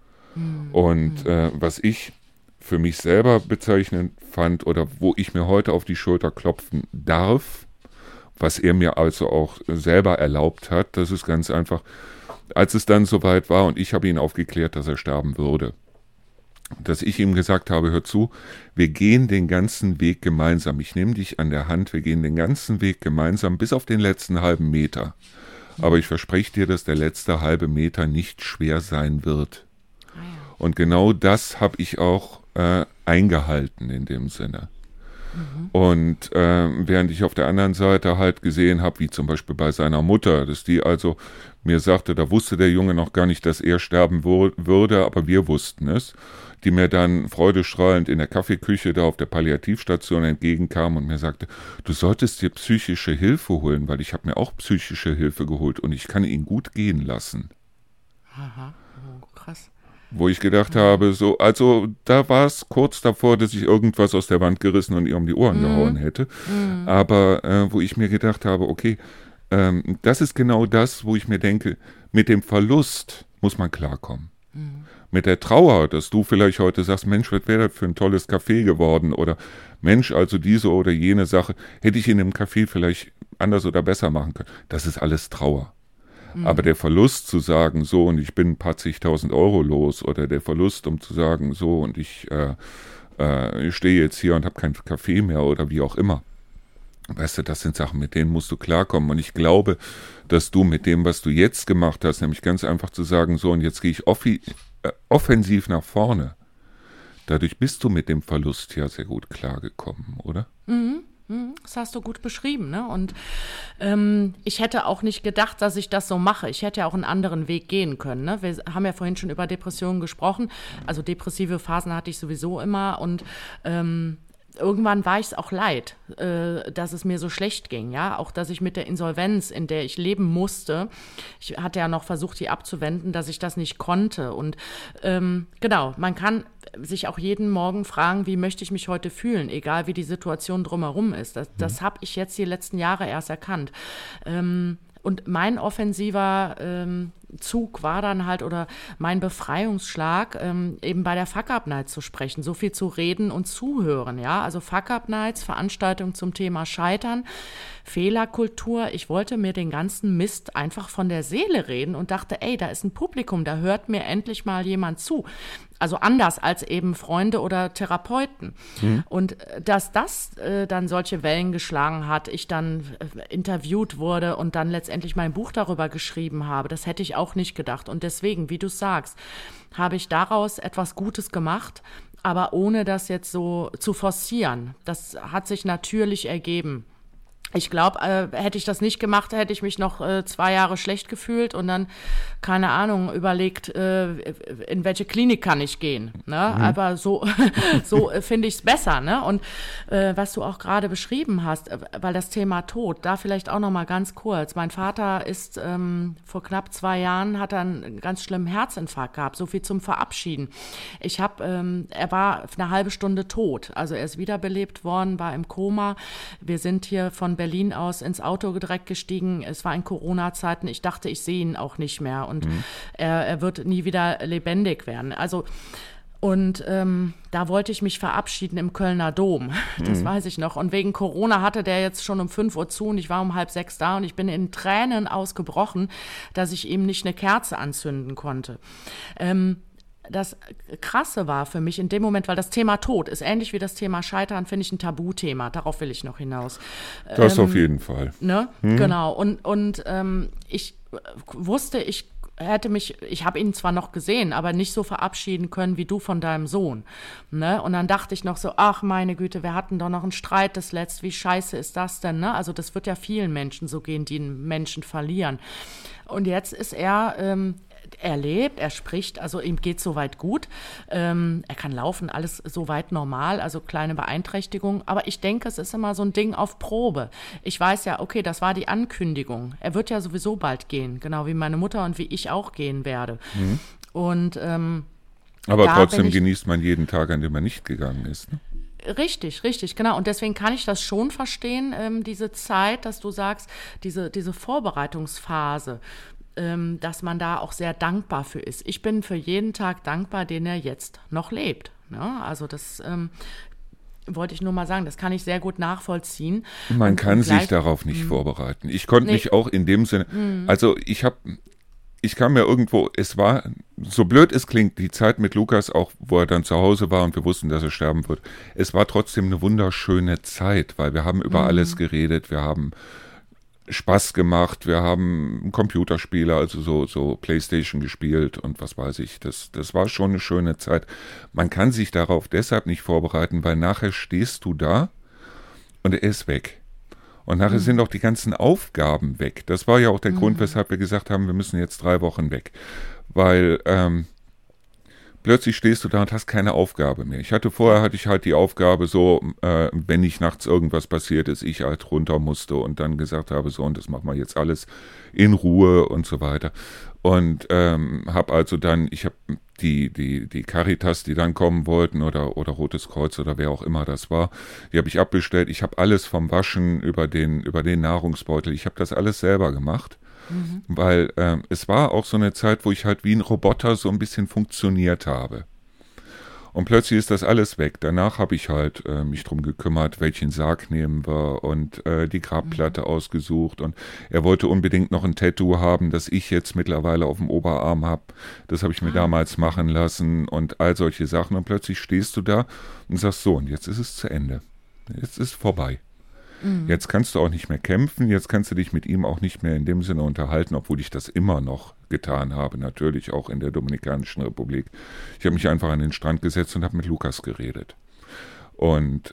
Und was ich für mich selber bezeichnend fand oder wo ich mir heute auf die Schulter klopfen darf, was er mir also auch selber erlaubt hat, das ist ganz einfach, als es dann soweit war und ich habe ihn aufgeklärt, dass er sterben würde, dass ich ihm gesagt habe, hör zu, wir gehen den ganzen Weg gemeinsam, ich nehme dich an der Hand, wir gehen den ganzen Weg gemeinsam bis auf den letzten halben Meter. Aber ich verspreche dir, dass der letzte halbe Meter nicht schwer sein wird. Und genau das habe ich auch eingehalten in dem Sinne. Und während ich auf der anderen Seite halt gesehen habe, wie zum Beispiel bei seiner Mutter, dass die also mir sagte, da wusste der Junge noch gar nicht, dass er sterben würde, aber wir wussten es, die mir dann freudestrahlend in der Kaffeeküche da auf der Palliativstation entgegenkam und mir sagte, du solltest dir psychische Hilfe holen, weil ich habe mir auch psychische Hilfe geholt und ich kann ihn gut gehen lassen. Aha, oh, krass. Wo ich gedacht habe, so, also da war es kurz davor, dass ich irgendwas aus der Wand gerissen und ihr um die Ohren gehauen hätte. Aber wo ich mir gedacht habe, okay, das ist genau das, wo ich mir denke, mit dem Verlust muss man klarkommen. Mit der Trauer, dass du vielleicht heute sagst, Mensch, was wäre das für ein tolles Café geworden? Oder Mensch, also diese oder jene Sache, hätte ich in dem Café vielleicht anders oder besser machen können. Das ist alles Trauer. Aber der Verlust zu sagen, so und ich bin ein paar zigtausend Euro los oder der Verlust, um zu sagen, so und ich stehe jetzt hier und habe kein Kaffee mehr oder wie auch immer. Weißt du, das sind Sachen, mit denen musst du klarkommen. Und ich glaube, dass du mit dem, was du jetzt gemacht hast, nämlich ganz einfach zu sagen, so und jetzt gehe ich offensiv nach vorne. Dadurch bist du mit dem Verlust ja sehr gut klargekommen, oder? Das hast du gut beschrieben, ne? Und ich hätte auch nicht gedacht, dass ich das so mache. Ich hätte ja auch einen anderen Weg gehen können, ne? Wir haben ja vorhin schon über Depressionen gesprochen. Also depressive Phasen hatte ich sowieso immer und irgendwann war ich es auch leid, dass es mir so schlecht ging, ja, auch dass ich mit der Insolvenz, in der ich leben musste, ich hatte ja noch versucht, die abzuwenden, dass ich das nicht konnte und genau, man kann sich auch jeden Morgen fragen, wie möchte ich mich heute fühlen, egal wie die Situation drumherum ist. Das habe ich jetzt die letzten Jahre erst erkannt. Und mein offensiver Zug war dann halt, oder mein Befreiungsschlag, eben bei der Fuck Up Night zu sprechen, so viel zu reden und zuhören, ja. Also Fuck Up Nights, Veranstaltung zum Thema Scheitern, Fehlerkultur. Ich wollte mir den ganzen Mist einfach von der Seele reden und dachte, ey, da ist ein Publikum, da hört mir endlich mal jemand zu. Also anders als eben Freunde oder Therapeuten. Und dass das dann solche Wellen geschlagen hat, ich dann interviewt wurde und dann letztendlich mein Buch darüber geschrieben habe, das hätte ich auch nicht gedacht. Und deswegen, wie du sagst, habe ich daraus etwas Gutes gemacht, aber ohne das jetzt so zu forcieren. Das hat sich natürlich ergeben. Ich glaube, hätte ich das nicht gemacht, hätte ich mich noch 2 Jahre schlecht gefühlt und dann, keine Ahnung, überlegt, in welche Klinik kann ich gehen. Ne? Aber so finde ich es besser. Ne? Und was du auch gerade beschrieben hast, weil das Thema Tod, da vielleicht auch noch mal ganz kurz. Mein Vater ist vor knapp 2 Jahren, hat er einen ganz schlimmen Herzinfarkt gehabt, so viel zum Verabschieden. Er war eine halbe Stunde tot. Also er ist wiederbelebt worden, war im Koma. Wir sind hier von Berlin aus ins Auto direkt gestiegen. Es war in Corona-Zeiten. Ich dachte, ich sehe ihn auch nicht mehr und er wird nie wieder lebendig werden. Also und da wollte ich mich verabschieden im Kölner Dom. Das weiß ich noch. Und wegen Corona hatte der jetzt schon um 5 Uhr zu und ich war um 5:30 da und ich bin in Tränen ausgebrochen, dass ich ihm nicht eine Kerze anzünden konnte. Das Krasse war für mich in dem Moment, weil das Thema Tod ist ähnlich wie das Thema Scheitern, finde ich ein Tabuthema. Darauf will ich noch hinaus. Das auf jeden Fall. Ne? Genau. Und ich wusste, ich habe ihn zwar noch gesehen, aber nicht so verabschieden können wie du von deinem Sohn. Ne? Und dann dachte ich noch so, ach meine Güte, wir hatten doch noch einen Streit das letzte, wie scheiße ist das denn? Ne? Also das wird ja vielen Menschen so gehen, die einen Menschen verlieren. Und jetzt ist er er lebt, er spricht, also ihm geht soweit gut. Er kann laufen, alles soweit normal, also kleine Beeinträchtigung. Aber ich denke, es ist immer so ein Ding auf Probe. Ich weiß ja, okay, das war die Ankündigung. Er wird ja sowieso bald gehen, genau wie meine Mutter und wie ich auch gehen werde. Und aber trotzdem genießt man jeden Tag, an dem man nicht gegangen ist. Ne? Richtig, genau. Und deswegen kann ich das schon verstehen, diese Zeit, dass du sagst, diese Vorbereitungsphase, dass man da auch sehr dankbar für ist. Ich bin für jeden Tag dankbar, den er jetzt noch lebt. Ne? Also das wollte ich nur mal sagen, das kann ich sehr gut nachvollziehen. Man kann sich darauf nicht vorbereiten. Ich konnte mich auch in dem Sinne, also ich kam mir irgendwo, es war, so blöd es klingt, die Zeit mit Lukas, auch wo er dann zu Hause war und wir wussten, dass er sterben wird, es war trotzdem eine wunderschöne Zeit, weil wir haben über alles geredet, wir haben Spaß gemacht, wir haben Computerspiele, also so Playstation gespielt und was weiß ich, das war schon eine schöne Zeit. Man kann sich darauf deshalb nicht vorbereiten, weil nachher stehst du da und er ist weg. Und nachher sind auch die ganzen Aufgaben weg. Das war ja auch der Grund, weshalb wir gesagt haben, wir müssen jetzt 3 Wochen weg. Weil plötzlich stehst du da und hast keine Aufgabe mehr. Vorher hatte ich halt die Aufgabe so, wenn nicht nachts irgendwas passiert ist, ich halt runter musste und dann gesagt habe, so, und das machen wir jetzt alles in Ruhe und so weiter. Und habe also dann, ich habe die Caritas, die dann kommen wollten oder Rotes Kreuz oder wer auch immer das war, die habe ich abbestellt. Ich habe alles vom Waschen über den Nahrungsbeutel, ich habe das alles selber gemacht. Weil es war auch so eine Zeit, wo ich halt wie ein Roboter so ein bisschen funktioniert habe. Und plötzlich ist das alles weg. Danach habe ich halt mich drum gekümmert, welchen Sarg nehmen wir und die Grabplatte ausgesucht. Und er wollte unbedingt noch ein Tattoo haben, das ich jetzt mittlerweile auf dem Oberarm habe. Das habe ich mir damals machen lassen und all solche Sachen. Und plötzlich stehst du da und sagst so, und jetzt ist es zu Ende. Jetzt ist es vorbei. Jetzt kannst du auch nicht mehr kämpfen, jetzt kannst du dich mit ihm auch nicht mehr in dem Sinne unterhalten, obwohl ich das immer noch getan habe, natürlich auch in der Dominikanischen Republik. Ich habe mich einfach an den Strand gesetzt und habe mit Lukas geredet. Und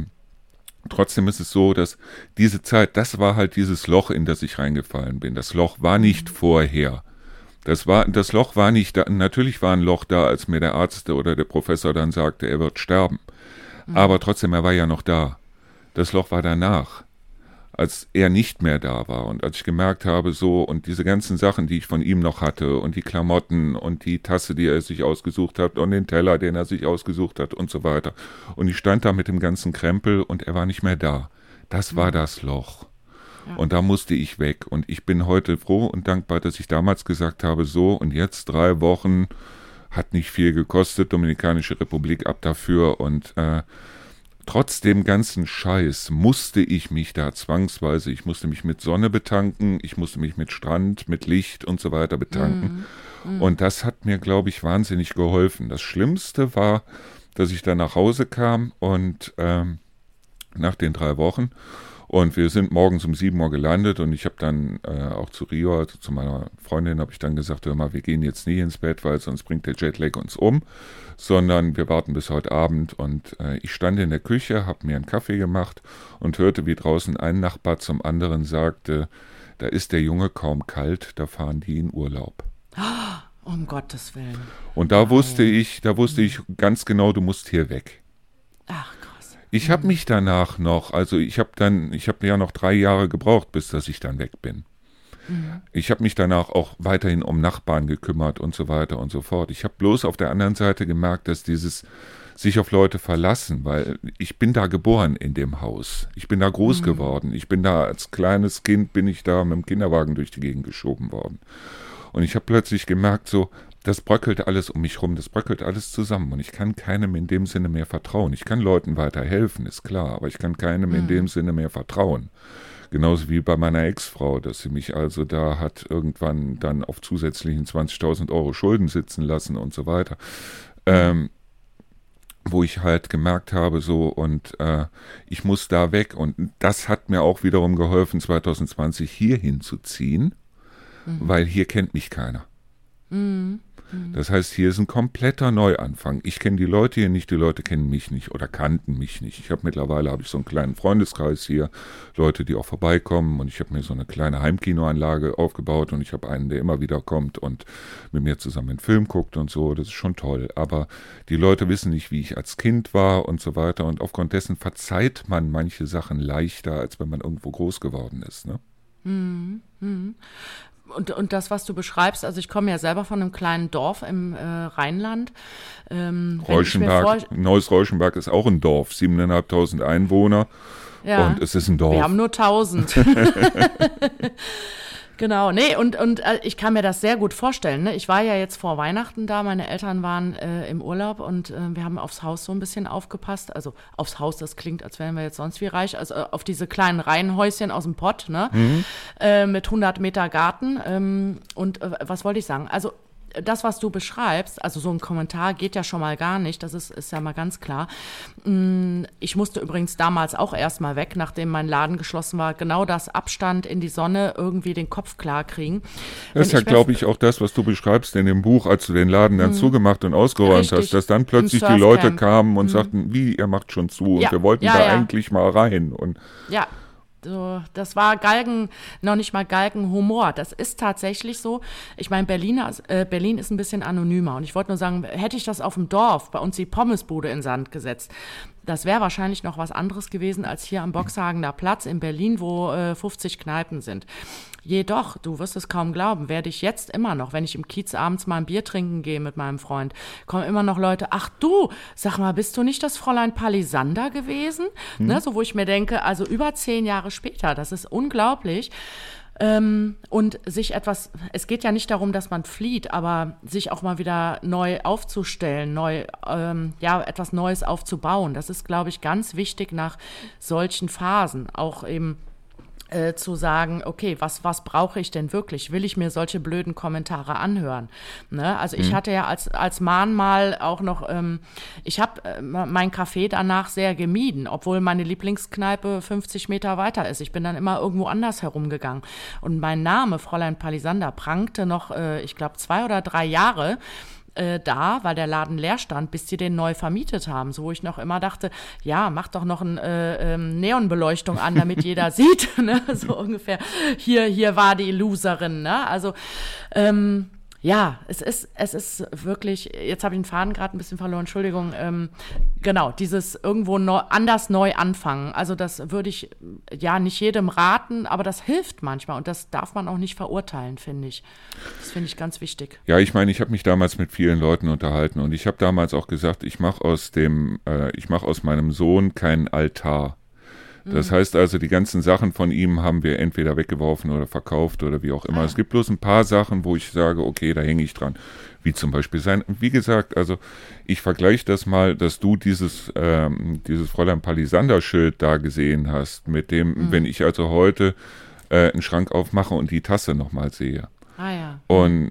trotzdem ist es so, dass diese Zeit, das war halt dieses Loch, in das ich reingefallen bin. Das Loch war nicht vorher. Das Loch war nicht da. Natürlich war ein Loch da, als mir der Arzt oder der Professor dann sagte, er wird sterben. Aber trotzdem, er war ja noch da. Das Loch war danach, als er nicht mehr da war und als ich gemerkt habe, so, und diese ganzen Sachen, die ich von ihm noch hatte und die Klamotten und die Tasse, die er sich ausgesucht hat und den Teller, den er sich ausgesucht hat und so weiter. Und ich stand da mit dem ganzen Krempel und er war nicht mehr da. Das war das Loch. Ja. Und da musste ich weg. Und ich bin heute froh und dankbar, dass ich damals gesagt habe, so, und jetzt 3 Wochen, hat nicht viel gekostet, Dominikanische Republik ab dafür und trotz dem ganzen Scheiß musste ich mich da zwangsweise, ich musste mich mit Sonne betanken, ich musste mich mit Strand, mit Licht und so weiter betanken. Und das hat mir, glaube ich, wahnsinnig geholfen. Das Schlimmste war, dass ich dann nach Hause kam und nach den 3 Wochen und wir sind morgens um 7 Uhr gelandet und ich habe dann auch zu Rio, also zu meiner Freundin, habe ich dann gesagt, hör mal, wir gehen jetzt nie ins Bett, weil sonst bringt der Jetlag uns um, sondern wir warten bis heute Abend. Und ich stand in der Küche, habe mir einen Kaffee gemacht und hörte, wie draußen ein Nachbar zum anderen sagte, da ist der Junge kaum kalt, da fahren die in Urlaub. Um Gottes Willen. Und da wusste ich ganz genau, du musst hier weg. Ach, krass. Ich habe mich danach noch, also ich habe ja noch 3 Jahre gebraucht, bis dass ich dann weg bin. Ich habe mich danach auch weiterhin um Nachbarn gekümmert und so weiter und so fort. Ich habe bloß auf der anderen Seite gemerkt, dass dieses sich auf Leute verlassen, weil ich bin da geboren in dem Haus. Ich bin da groß geworden. Ich bin da als kleines Kind, bin ich da mit dem Kinderwagen durch die Gegend geschoben worden. Und ich habe plötzlich gemerkt, so, das bröckelt alles um mich rum, das bröckelt alles zusammen und ich kann keinem in dem Sinne mehr vertrauen. Ich kann Leuten weiterhelfen, ist klar, aber ich kann keinem in dem Sinne mehr vertrauen. Genauso wie bei meiner Ex-Frau, dass sie mich also da hat irgendwann dann auf zusätzlichen 20.000 Euro Schulden sitzen lassen und so weiter. Wo ich halt gemerkt habe, so, und ich muss da weg. Und das hat mir auch wiederum geholfen, 2020 hier hinzuziehen, weil hier kennt mich keiner. Das heißt, hier ist ein kompletter Neuanfang. Ich kenne die Leute hier nicht, die Leute kennen mich nicht oder kannten mich nicht. Mittlerweile habe ich so einen kleinen Freundeskreis hier, Leute, die auch vorbeikommen, und ich habe mir so eine kleine Heimkinoanlage aufgebaut und ich habe einen, der immer wieder kommt und mit mir zusammen einen Film guckt und so. Das ist schon toll. Aber die Leute wissen nicht, wie ich als Kind war und so weiter, und aufgrund dessen verzeiht man manche Sachen leichter, als wenn man irgendwo groß geworden ist, ne? Und das, was du beschreibst, also ich komme ja selber von einem kleinen Dorf im Rheinland. Reuschenberg, Neues Reuschenberg ist auch ein Dorf, 7.500 Einwohner, ja, und es ist ein Dorf. Wir haben nur 1000. Genau, nee, und ich kann mir das sehr gut vorstellen. Ne? Ich war ja jetzt vor Weihnachten da, meine Eltern waren im Urlaub, und wir haben aufs Haus so ein bisschen aufgepasst. Also aufs Haus, das klingt, als wären wir jetzt sonst wie reich. Also auf diese kleinen Reihenhäuschen aus dem Pott, ne? Mit 100 Meter Garten. Was wollte ich sagen? Also das, was du beschreibst, also so ein Kommentar geht ja schon mal gar nicht, das ist ja mal ganz klar. Ich musste übrigens damals auch erstmal weg, nachdem mein Laden geschlossen war, genau das Abstand in die Sonne, irgendwie den Kopf klar kriegen. Das ist ja, glaube ich, auch das, was du beschreibst in dem Buch, als du den Laden dann zugemacht und ausgeräumt hast, dass dann plötzlich die Leute kamen und sagten, wie, ihr macht schon zu, und wir wollten da eigentlich mal rein. Und ja. So, das war noch nicht mal Galgenhumor. Das ist tatsächlich so. Ich meine, Berlin ist ein bisschen anonymer. Und ich wollte nur sagen, hätte ich das auf dem Dorf, bei uns die Pommesbude in Sand gesetzt, das wäre wahrscheinlich noch was anderes gewesen als hier am Boxhagener Platz in Berlin, wo 50 Kneipen sind. Jedoch, du wirst es kaum glauben, werde ich jetzt immer noch, wenn ich im Kiez abends mal ein Bier trinken gehe mit meinem Freund, kommen immer noch Leute, ach du, sag mal, bist du nicht das Fräulein Palisander gewesen? Ne, so, wo ich mir denke, also über 10 Jahre später, das ist unglaublich. Und es geht ja nicht darum, dass man flieht, aber sich auch mal wieder neu aufzustellen, etwas Neues aufzubauen. Das ist, glaube ich, ganz wichtig nach solchen Phasen. Auch eben zu sagen, okay, was brauche ich denn wirklich? Will ich mir solche blöden Kommentare anhören? Ne? Also ich hatte ja als Mahnmal auch noch, ich habe mein Café danach sehr gemieden, obwohl meine Lieblingskneipe 50 Meter weiter ist. Ich bin dann immer irgendwo anders herumgegangen. Und mein Name, Fräulein Palisander, prangte noch, ich glaube, 2 oder 3 Jahre weil der Laden leer stand, bis sie den neu vermietet haben. So, wo ich noch immer dachte, ja, mach doch noch eine Neonbeleuchtung an, damit jeder sieht, ne? So ungefähr. Hier war die Loserin, ne? Also, ja, es ist wirklich, jetzt habe ich den Faden gerade ein bisschen verloren, Entschuldigung, genau, dieses irgendwo anders neu anfangen. Also das würde ich ja nicht jedem raten, aber das hilft manchmal, und das darf man auch nicht verurteilen, finde ich. Das finde ich ganz wichtig. Ja, ich meine, ich habe mich damals mit vielen Leuten unterhalten, und ich habe damals auch gesagt, ich mache aus meinem Sohn keinen Altar. Das heißt also, die ganzen Sachen von ihm haben wir entweder weggeworfen oder verkauft oder wie auch immer. Es gibt bloß ein paar Sachen, wo ich sage, okay, da hänge ich dran. Wie zum Beispiel wie gesagt, also ich vergleiche das mal, dass du dieses Fräulein Palisander-Schild da gesehen hast, mit dem, wenn ich also heute einen Schrank aufmache und die Tasse nochmal sehe. Ah ja. Und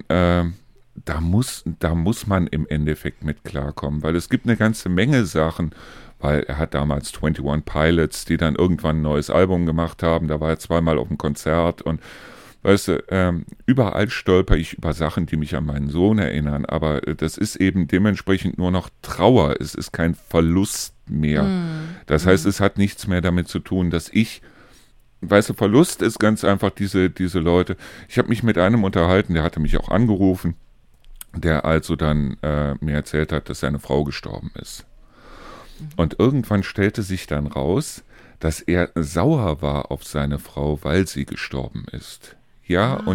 da muss man im Endeffekt mit klarkommen, weil es gibt eine ganze Menge Sachen, weil er hat damals 21 Pilots, die dann irgendwann ein neues Album gemacht haben, da war er 2-mal auf dem Konzert, und weißt du, überall stolper ich über Sachen, die mich an meinen Sohn erinnern, aber das ist eben dementsprechend nur noch Trauer, es ist kein Verlust mehr. Das heißt, es hat nichts mehr damit zu tun, dass weißt du, Verlust ist ganz einfach diese Leute. Ich habe mich mit einem unterhalten, der hatte mich auch angerufen, der also dann mir erzählt hat, dass seine Frau gestorben ist. Und irgendwann stellte sich dann raus, dass er sauer war auf seine Frau, weil sie gestorben ist. Ja, und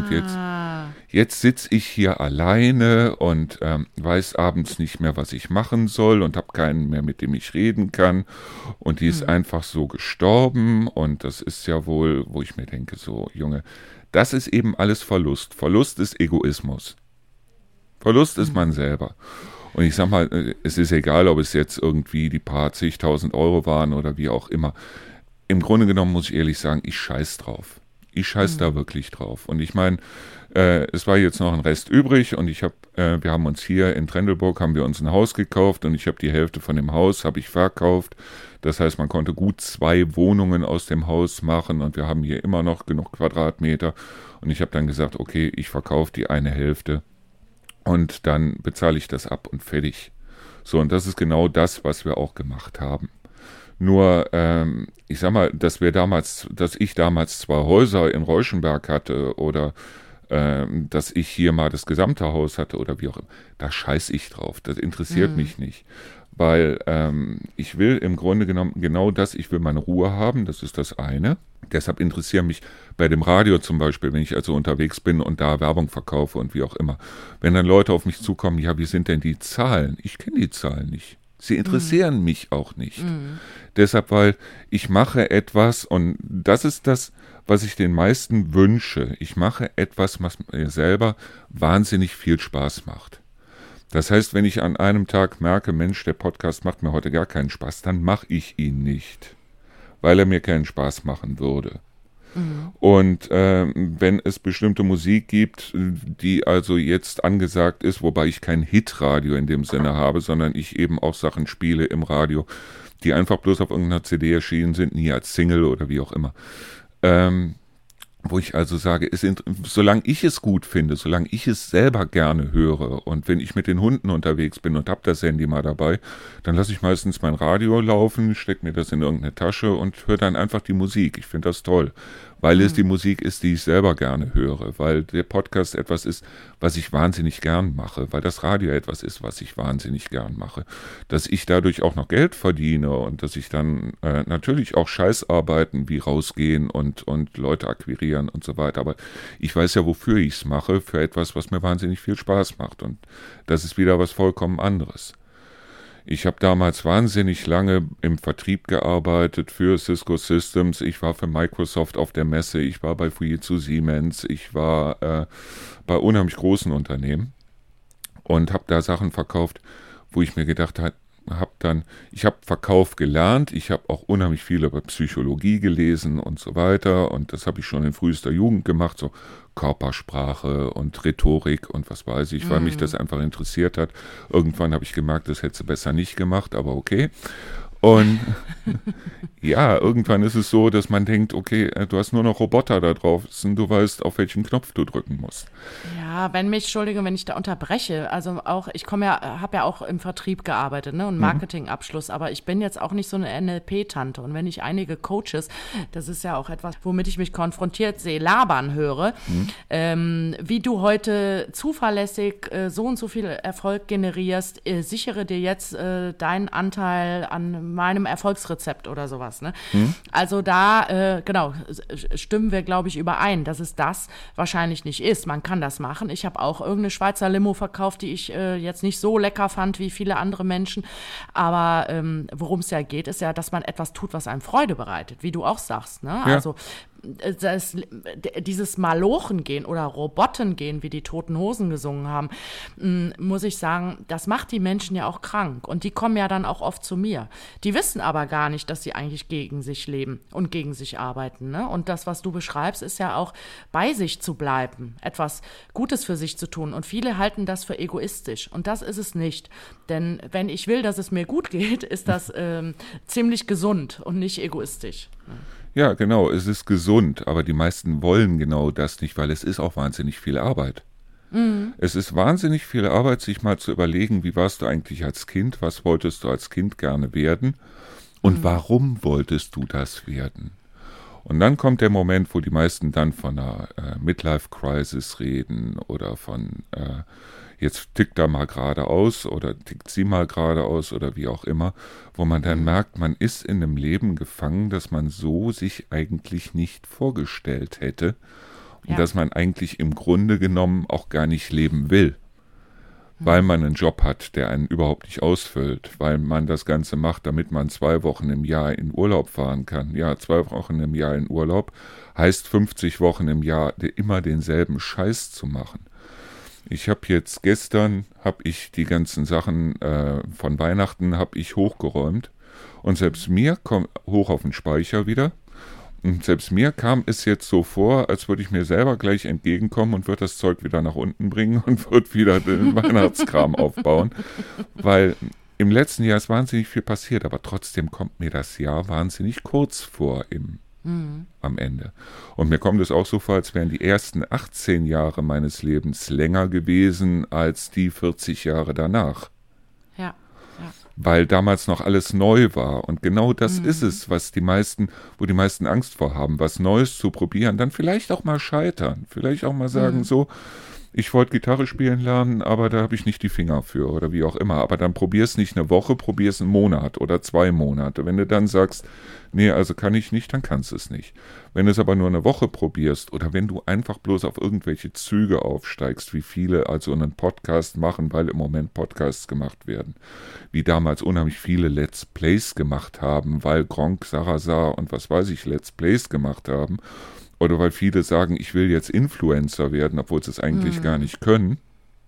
jetzt sitze ich hier alleine und weiß abends nicht mehr, was ich machen soll, und habe keinen mehr, mit dem ich reden kann. Und die ist einfach so gestorben, und das ist ja wohl, wo ich mir denke, so, Junge, das ist eben alles Verlust. Verlust ist Egoismus. Verlust ist man selber. Und ich sag mal, es ist egal, ob es jetzt irgendwie die paar zigtausend Euro waren oder wie auch immer. Im Grunde genommen muss ich ehrlich sagen, ich scheiß drauf. Ich scheiß da wirklich drauf. Und ich meine, es war jetzt noch ein Rest übrig, und wir haben uns hier in Trendelburg, haben wir uns ein Haus gekauft, und ich habe die Hälfte von dem Haus habe ich verkauft. Das heißt, man konnte gut 2 Wohnungen aus dem Haus machen, und wir haben hier immer noch genug Quadratmeter. Und ich habe dann gesagt, okay, ich verkaufe die eine Hälfte und dann bezahle ich das ab und fertig. So, und das ist genau das, was wir auch gemacht haben. Nur, ich sag mal, dass ich damals 2 Häuser in Reuschenberg hatte oder dass ich hier mal das gesamte Haus hatte oder wie auch immer, da scheiß ich drauf. Das interessiert mich nicht. Weil ich will im Grunde genommen genau das, ich will meine Ruhe haben, das ist das eine. Deshalb interessieren mich bei dem Radio zum Beispiel, wenn ich also unterwegs bin und da Werbung verkaufe und wie auch immer. Wenn dann Leute auf mich zukommen, ja, wie sind denn die Zahlen? Ich kenne die Zahlen nicht. Sie interessieren mich auch nicht. Deshalb, weil ich mache etwas und das ist das, was ich den meisten wünsche. Ich mache etwas, was mir selber wahnsinnig viel Spaß macht. Das heißt, wenn ich an einem Tag merke, Mensch, der Podcast macht mir heute gar keinen Spaß, dann mache ich ihn nicht, weil er mir keinen Spaß machen würde. Und wenn es bestimmte Musik gibt, die also jetzt angesagt ist, wobei ich kein Hitradio in dem Sinne habe, sondern ich eben auch Sachen spiele im Radio, die einfach bloß auf irgendeiner CD erschienen sind, nie als Single oder wie auch immer. Wo ich also sage, solange ich es gut finde, solange ich es selber gerne höre und wenn ich mit den Hunden unterwegs bin und habe das Handy mal dabei, dann lasse ich meistens mein Radio laufen, stecke mir das in irgendeine Tasche und höre dann einfach die Musik. Ich finde das toll, weil es die Musik ist, die ich selber gerne höre, weil der Podcast etwas ist, was ich wahnsinnig gern mache, weil das Radio etwas ist, was ich wahnsinnig gern mache. Dass ich dadurch auch noch Geld verdiene und dass ich dann natürlich auch Scheißarbeiten wie rausgehen und Leute akquirieren und so weiter. Aber ich weiß ja, wofür ich es mache, für etwas, was mir wahnsinnig viel Spaß macht. Und das ist wieder was vollkommen anderes. Ich habe damals wahnsinnig lange im Vertrieb gearbeitet für Cisco Systems. Ich war für Microsoft auf der Messe. Ich war bei Fujitsu Siemens. Ich war bei unheimlich großen Unternehmen und habe da Sachen verkauft, wo ich mir gedacht habe, ich habe Verkauf gelernt, ich habe auch unheimlich viel über Psychologie gelesen und so weiter und das habe ich schon in frühester Jugend gemacht, so Körpersprache und Rhetorik und was weiß ich, weil mich das einfach interessiert hat. Irgendwann habe ich gemerkt, das hätte sie besser nicht gemacht, aber okay. Und ja, irgendwann ist es so, dass man denkt, okay, du hast nur noch Roboter da drauf, du weißt, auf welchen Knopf du drücken musst. Ja, Entschuldige, wenn ich da unterbreche, also auch, habe ja auch im Vertrieb gearbeitet, ne, und Marketingabschluss, aber ich bin jetzt auch nicht so eine NLP-Tante und wenn ich einige Coaches, das ist ja auch etwas, womit ich mich konfrontiert sehe, labern höre, wie du heute zuverlässig so und so viel Erfolg generierst, sichere dir jetzt deinen Anteil an meinem Erfolgsrezept oder sowas, ne? Also da, genau, stimmen wir, glaube ich, überein, dass es das wahrscheinlich nicht ist. Man kann das machen. Ich habe auch irgendeine Schweizer Limo verkauft, die ich jetzt nicht so lecker fand wie viele andere Menschen. Aber worum es ja geht, ist ja, dass man etwas tut, was einem Freude bereitet, wie du auch sagst, ne? Ja. Also dieses Malochen-Gehen oder Roboten-Gehen, wie die Toten Hosen gesungen haben, muss ich sagen, das macht die Menschen ja auch krank. Und die kommen ja dann auch oft zu mir. Die wissen aber gar nicht, dass sie eigentlich gegen sich leben und gegen sich arbeiten, ne? Und das, was du beschreibst, ist ja auch, bei sich zu bleiben, etwas Gutes für sich zu tun. Und viele halten das für egoistisch. Und das ist es nicht. Denn wenn ich will, dass es mir gut geht, ist das ziemlich gesund und nicht egoistisch. Ja, genau, es ist gesund, aber die meisten wollen genau das nicht, weil es ist auch wahnsinnig viel Arbeit. Es ist wahnsinnig viel Arbeit, sich mal zu überlegen, wie warst du eigentlich als Kind, was wolltest du als Kind gerne werden und warum wolltest du das werden? Und dann kommt der Moment, wo die meisten dann von einer Midlife-Crisis reden oder von jetzt tickt er mal geradeaus oder tickt sie mal geradeaus oder wie auch immer, wo man dann merkt, man ist in einem Leben gefangen, das man so sich eigentlich nicht vorgestellt hätte und dass man eigentlich im Grunde genommen auch gar nicht leben will, weil man einen Job hat, der einen überhaupt nicht ausfüllt, weil man das Ganze macht, damit man 2 Wochen im Jahr in Urlaub fahren kann. Ja, 2 Wochen im Jahr in Urlaub heißt 50 Wochen im Jahr immer denselben Scheiß zu machen. Ich habe jetzt gestern, die ganzen Sachen von Weihnachten hochgeräumt und selbst mir kommt hoch auf den Speicher wieder und selbst mir kam es jetzt so vor, als würde ich mir selber gleich entgegenkommen und würde das Zeug wieder nach unten bringen und würde wieder den Weihnachtskram aufbauen, weil im letzten Jahr ist wahnsinnig viel passiert, aber trotzdem kommt mir das Jahr wahnsinnig kurz vor im am Ende. Und mir kommt es auch so vor, als wären die ersten 18 Jahre meines Lebens länger gewesen als die 40 Jahre danach. Ja. Weil damals noch alles neu war. Und genau das ist es, wo die meisten Angst vor haben, was Neues zu probieren, dann vielleicht auch mal scheitern, vielleicht auch mal sagen so, ich wollte Gitarre spielen lernen, aber da habe ich nicht die Finger für oder wie auch immer. Aber dann probier's nicht eine Woche, probier's einen Monat oder 2 Monate. Wenn du dann sagst, nee, also kann ich nicht, dann kannst du es nicht. Wenn du es aber nur eine Woche probierst oder wenn du einfach bloß auf irgendwelche Züge aufsteigst, wie viele also einen Podcast machen, weil im Moment Podcasts gemacht werden, wie damals unheimlich viele Let's Plays gemacht haben, weil Gronkh, Sarrazar und was weiß ich Let's Plays gemacht haben, oder weil viele sagen, ich will jetzt Influencer werden, obwohl sie es eigentlich gar nicht können.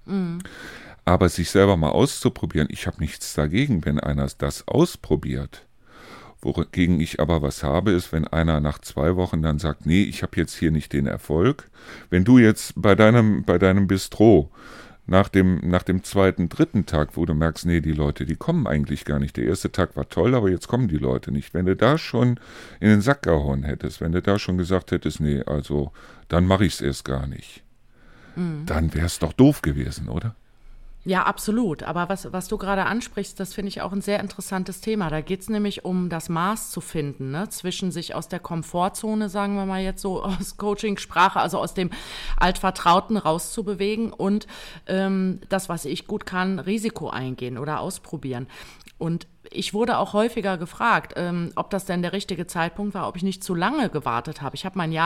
Aber sich selber mal auszuprobieren, ich habe nichts dagegen, wenn einer das ausprobiert. Wogegen ich aber was habe, ist, wenn einer nach 2 Wochen dann sagt, nee, ich habe jetzt hier nicht den Erfolg. Wenn du jetzt bei deinem Bistro nach dem 2., 3. Tag, wo du merkst, nee, die Leute, die kommen eigentlich gar nicht. Der erste Tag war toll, aber jetzt kommen die Leute nicht. Wenn du da schon in den Sack gehauen hättest, wenn du da schon gesagt hättest, nee, also dann mache ich es erst gar nicht, dann wäre es doch doof gewesen, oder? Ja, absolut. Aber was du gerade ansprichst, das finde ich auch ein sehr interessantes Thema. Da geht es nämlich um das Maß zu finden, ne? Zwischen sich aus der Komfortzone, sagen wir mal jetzt so aus Coaching-Sprache, also aus dem Altvertrauten rauszubewegen und das, was ich gut kann, Risiko eingehen oder ausprobieren. Und ich wurde auch häufiger gefragt, ob das denn der richtige Zeitpunkt war, ob ich nicht zu lange gewartet habe. Ich habe mein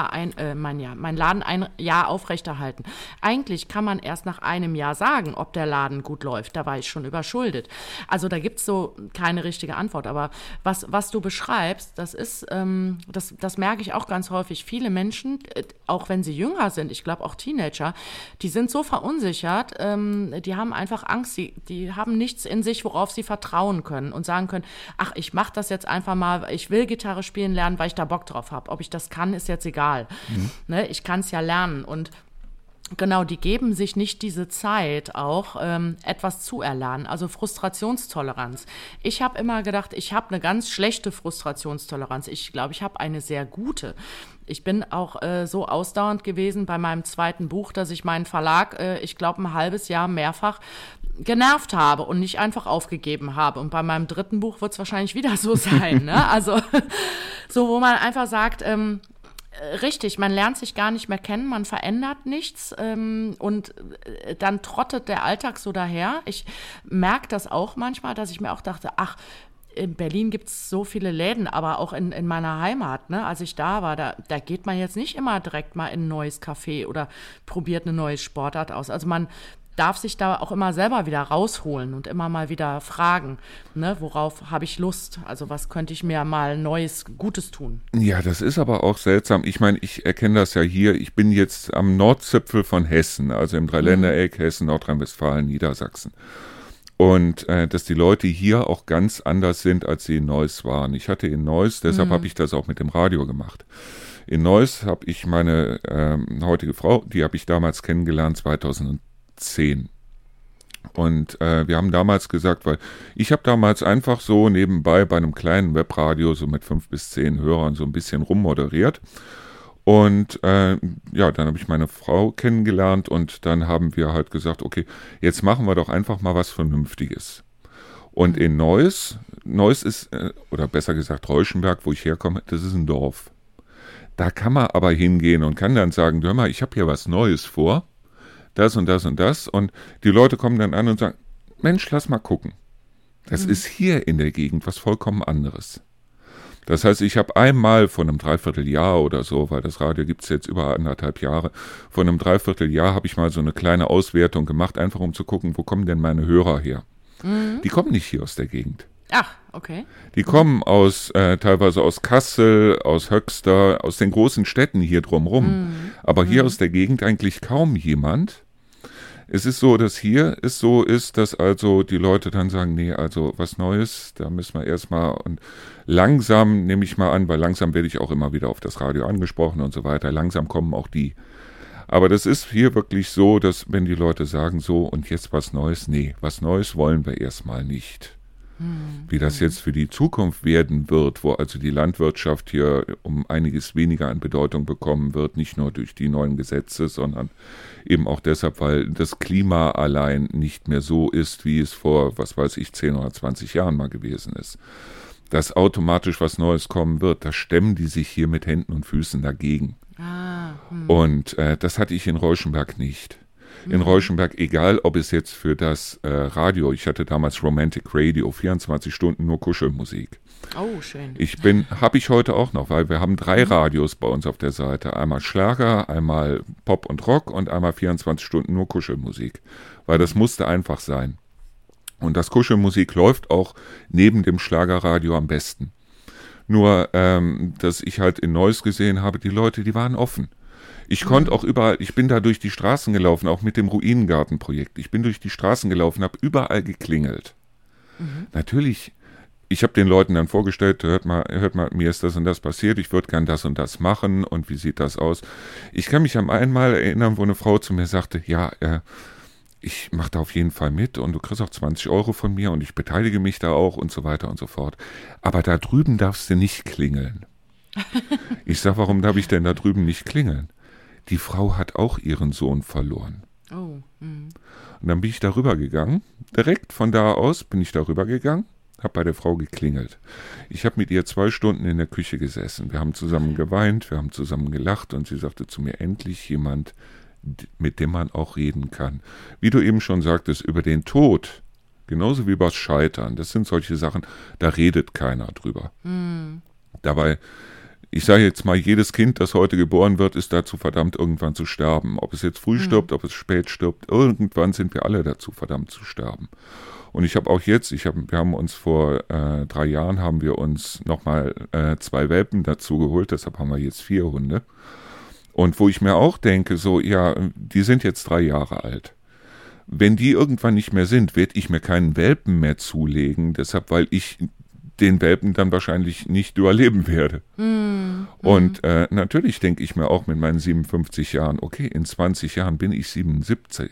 Laden ein Jahr aufrechterhalten. Eigentlich kann man erst nach einem Jahr sagen, ob der Laden gut läuft. Da war ich schon überschuldet. Also da gibt's so keine richtige Antwort. Aber was du beschreibst, das ist, das merke ich auch ganz häufig. Viele Menschen, auch wenn sie jünger sind, ich glaube auch Teenager, die sind so verunsichert, die haben einfach Angst, die haben nichts in sich, worauf sie vertrauen können und sagen können, ach, ich mache das jetzt einfach mal, ich will Gitarre spielen lernen, weil ich da Bock drauf habe. Ob ich das kann, ist jetzt egal. Ne, ich kann es ja lernen. Und genau, die geben sich nicht diese Zeit auch, etwas zu erlernen, also Frustrationstoleranz. Ich habe immer gedacht, ich habe eine ganz schlechte Frustrationstoleranz. Ich glaube, ich habe eine sehr gute. Ich bin auch so ausdauernd gewesen bei meinem 2. Buch, dass ich meinen Verlag, ich glaube, ein halbes Jahr mehrfach genervt habe und nicht einfach aufgegeben habe. Und bei meinem 3. Buch wird es wahrscheinlich wieder so sein. Ne? Also so, wo man einfach sagt, richtig, man lernt sich gar nicht mehr kennen, man verändert nichts und dann trottet der Alltag so daher. Ich merke das auch manchmal, dass ich mir auch dachte, ach, in Berlin gibt es so viele Läden, aber auch in meiner Heimat, ne, als ich da war, da geht man jetzt nicht immer direkt mal in ein neues Café oder probiert eine neue Sportart aus. Also man darf sich da auch immer selber wieder rausholen und immer mal wieder fragen, ne, worauf habe ich Lust? Also was könnte ich mir mal Neues, Gutes tun? Ja, das ist aber auch seltsam. Ich meine, ich erkenne das ja hier. Ich bin jetzt am Nordzipfel von Hessen, also im Dreiländereck, Hessen, Nordrhein-Westfalen, Niedersachsen. Und dass die Leute hier auch ganz anders sind, als sie in Neuss waren. Ich hatte in Neuss, deshalb habe ich das auch mit dem Radio gemacht. In Neuss habe ich meine heutige Frau, die habe ich damals kennengelernt, 2010. Und wir haben damals gesagt, weil ich habe damals einfach so nebenbei bei einem kleinen Webradio so mit 5 bis 10 Hörern so ein bisschen rummoderiert. Und ja, dann habe ich meine Frau kennengelernt und dann haben wir halt gesagt, okay, jetzt machen wir doch einfach mal was Vernünftiges. Und in Neuss ist, oder besser gesagt Reuschenberg, wo ich herkomme, das ist ein Dorf. Da kann man aber hingehen und kann dann sagen, hör mal, ich habe hier was Neues vor, das und das und das. Und die Leute kommen dann an und sagen, Mensch, lass mal gucken. Das ist hier in der Gegend was vollkommen anderes. Das heißt, ich habe einmal vor einem Dreivierteljahr oder so, weil das Radio gibt es jetzt über 1,5 Jahre, vor einem Dreivierteljahr habe ich mal so eine kleine Auswertung gemacht, einfach um zu gucken, wo kommen denn meine Hörer her. Die kommen nicht hier aus der Gegend. Ach, okay. Die kommen teilweise aus Kassel, aus Höxter, aus den großen Städten hier drumherum. Aber hier aus der Gegend eigentlich kaum jemand. Es ist so, dass hier es so ist, dass also die Leute dann sagen, nee, also was Neues, da müssen wir erstmal und langsam nehme ich mal an, weil langsam werde ich auch immer wieder auf das Radio angesprochen und so weiter, langsam kommen auch die. Aber das ist hier wirklich so, dass wenn die Leute sagen so und jetzt was Neues, nee, was Neues wollen wir erstmal nicht. Wie das jetzt für die Zukunft werden wird, wo also die Landwirtschaft hier um einiges weniger an Bedeutung bekommen wird, nicht nur durch die neuen Gesetze, sondern eben auch deshalb, weil das Klima allein nicht mehr so ist, wie es vor, 10 oder 20 Jahren mal gewesen ist. Dass automatisch was Neues kommen wird, da stemmen die sich hier mit Händen und Füßen dagegen. Und das hatte ich in Reuschenberg nicht. In Reuschenberg, egal ob es jetzt für das Radio, ich hatte damals Romantic Radio, 24 Stunden nur Kuschelmusik. Oh, schön. Habe ich heute auch noch, weil wir haben 3 Radios bei uns auf der Seite. Einmal Schlager, einmal Pop und Rock und einmal 24 Stunden nur Kuschelmusik. Weil das musste einfach sein. Und das Kuschelmusik läuft auch neben dem Schlagerradio am besten. Nur, dass ich halt in Neuss gesehen habe, die Leute, die waren offen. Ich konnte auch überall, ich bin da durch die Straßen gelaufen, auch mit dem Ruinengartenprojekt. Ich bin durch die Straßen gelaufen, habe überall geklingelt. Natürlich, ich habe den Leuten dann vorgestellt, hört mal, mir ist das und das passiert, ich würde gern das und das machen und wie sieht das aus? Ich kann mich an einmal erinnern, wo eine Frau zu mir sagte, ja, ich mache da auf jeden Fall mit und du kriegst auch 20 € von mir und ich beteilige mich da auch und so weiter und so fort. Aber da drüben darfst du nicht klingeln. Ich sag, warum darf ich denn da drüben nicht klingeln? Die Frau hat auch ihren Sohn verloren. Oh. Und dann bin ich da rübergegangen. Direkt von da aus bin ich da rübergegangen, habe bei der Frau geklingelt. Ich habe mit ihr 2 Stunden in der Küche gesessen. Wir haben zusammen geweint, wir haben zusammen gelacht und sie sagte zu mir, endlich jemand, mit dem man auch reden kann. Wie du eben schon sagtest, über den Tod, genauso wie über das Scheitern, das sind solche Sachen, da redet keiner drüber. Dabei, ich sage jetzt mal, jedes Kind, das heute geboren wird, ist dazu verdammt, irgendwann zu sterben. Ob es jetzt früh stirbt, ob es spät stirbt, irgendwann sind wir alle dazu verdammt zu sterben. Und ich habe auch jetzt, wir haben uns vor 3 Jahren, haben wir uns nochmal 2 Welpen dazu geholt, deshalb haben wir jetzt 4 Hunde. Und wo ich mir auch denke, so, ja, die sind jetzt 3 Jahre alt. Wenn die irgendwann nicht mehr sind, werde ich mir keinen Welpen mehr zulegen, deshalb, weil ich den Welpen dann wahrscheinlich nicht überleben werde. Und natürlich denke ich mir auch mit meinen 57 Jahren, okay, in 20 Jahren bin ich 77.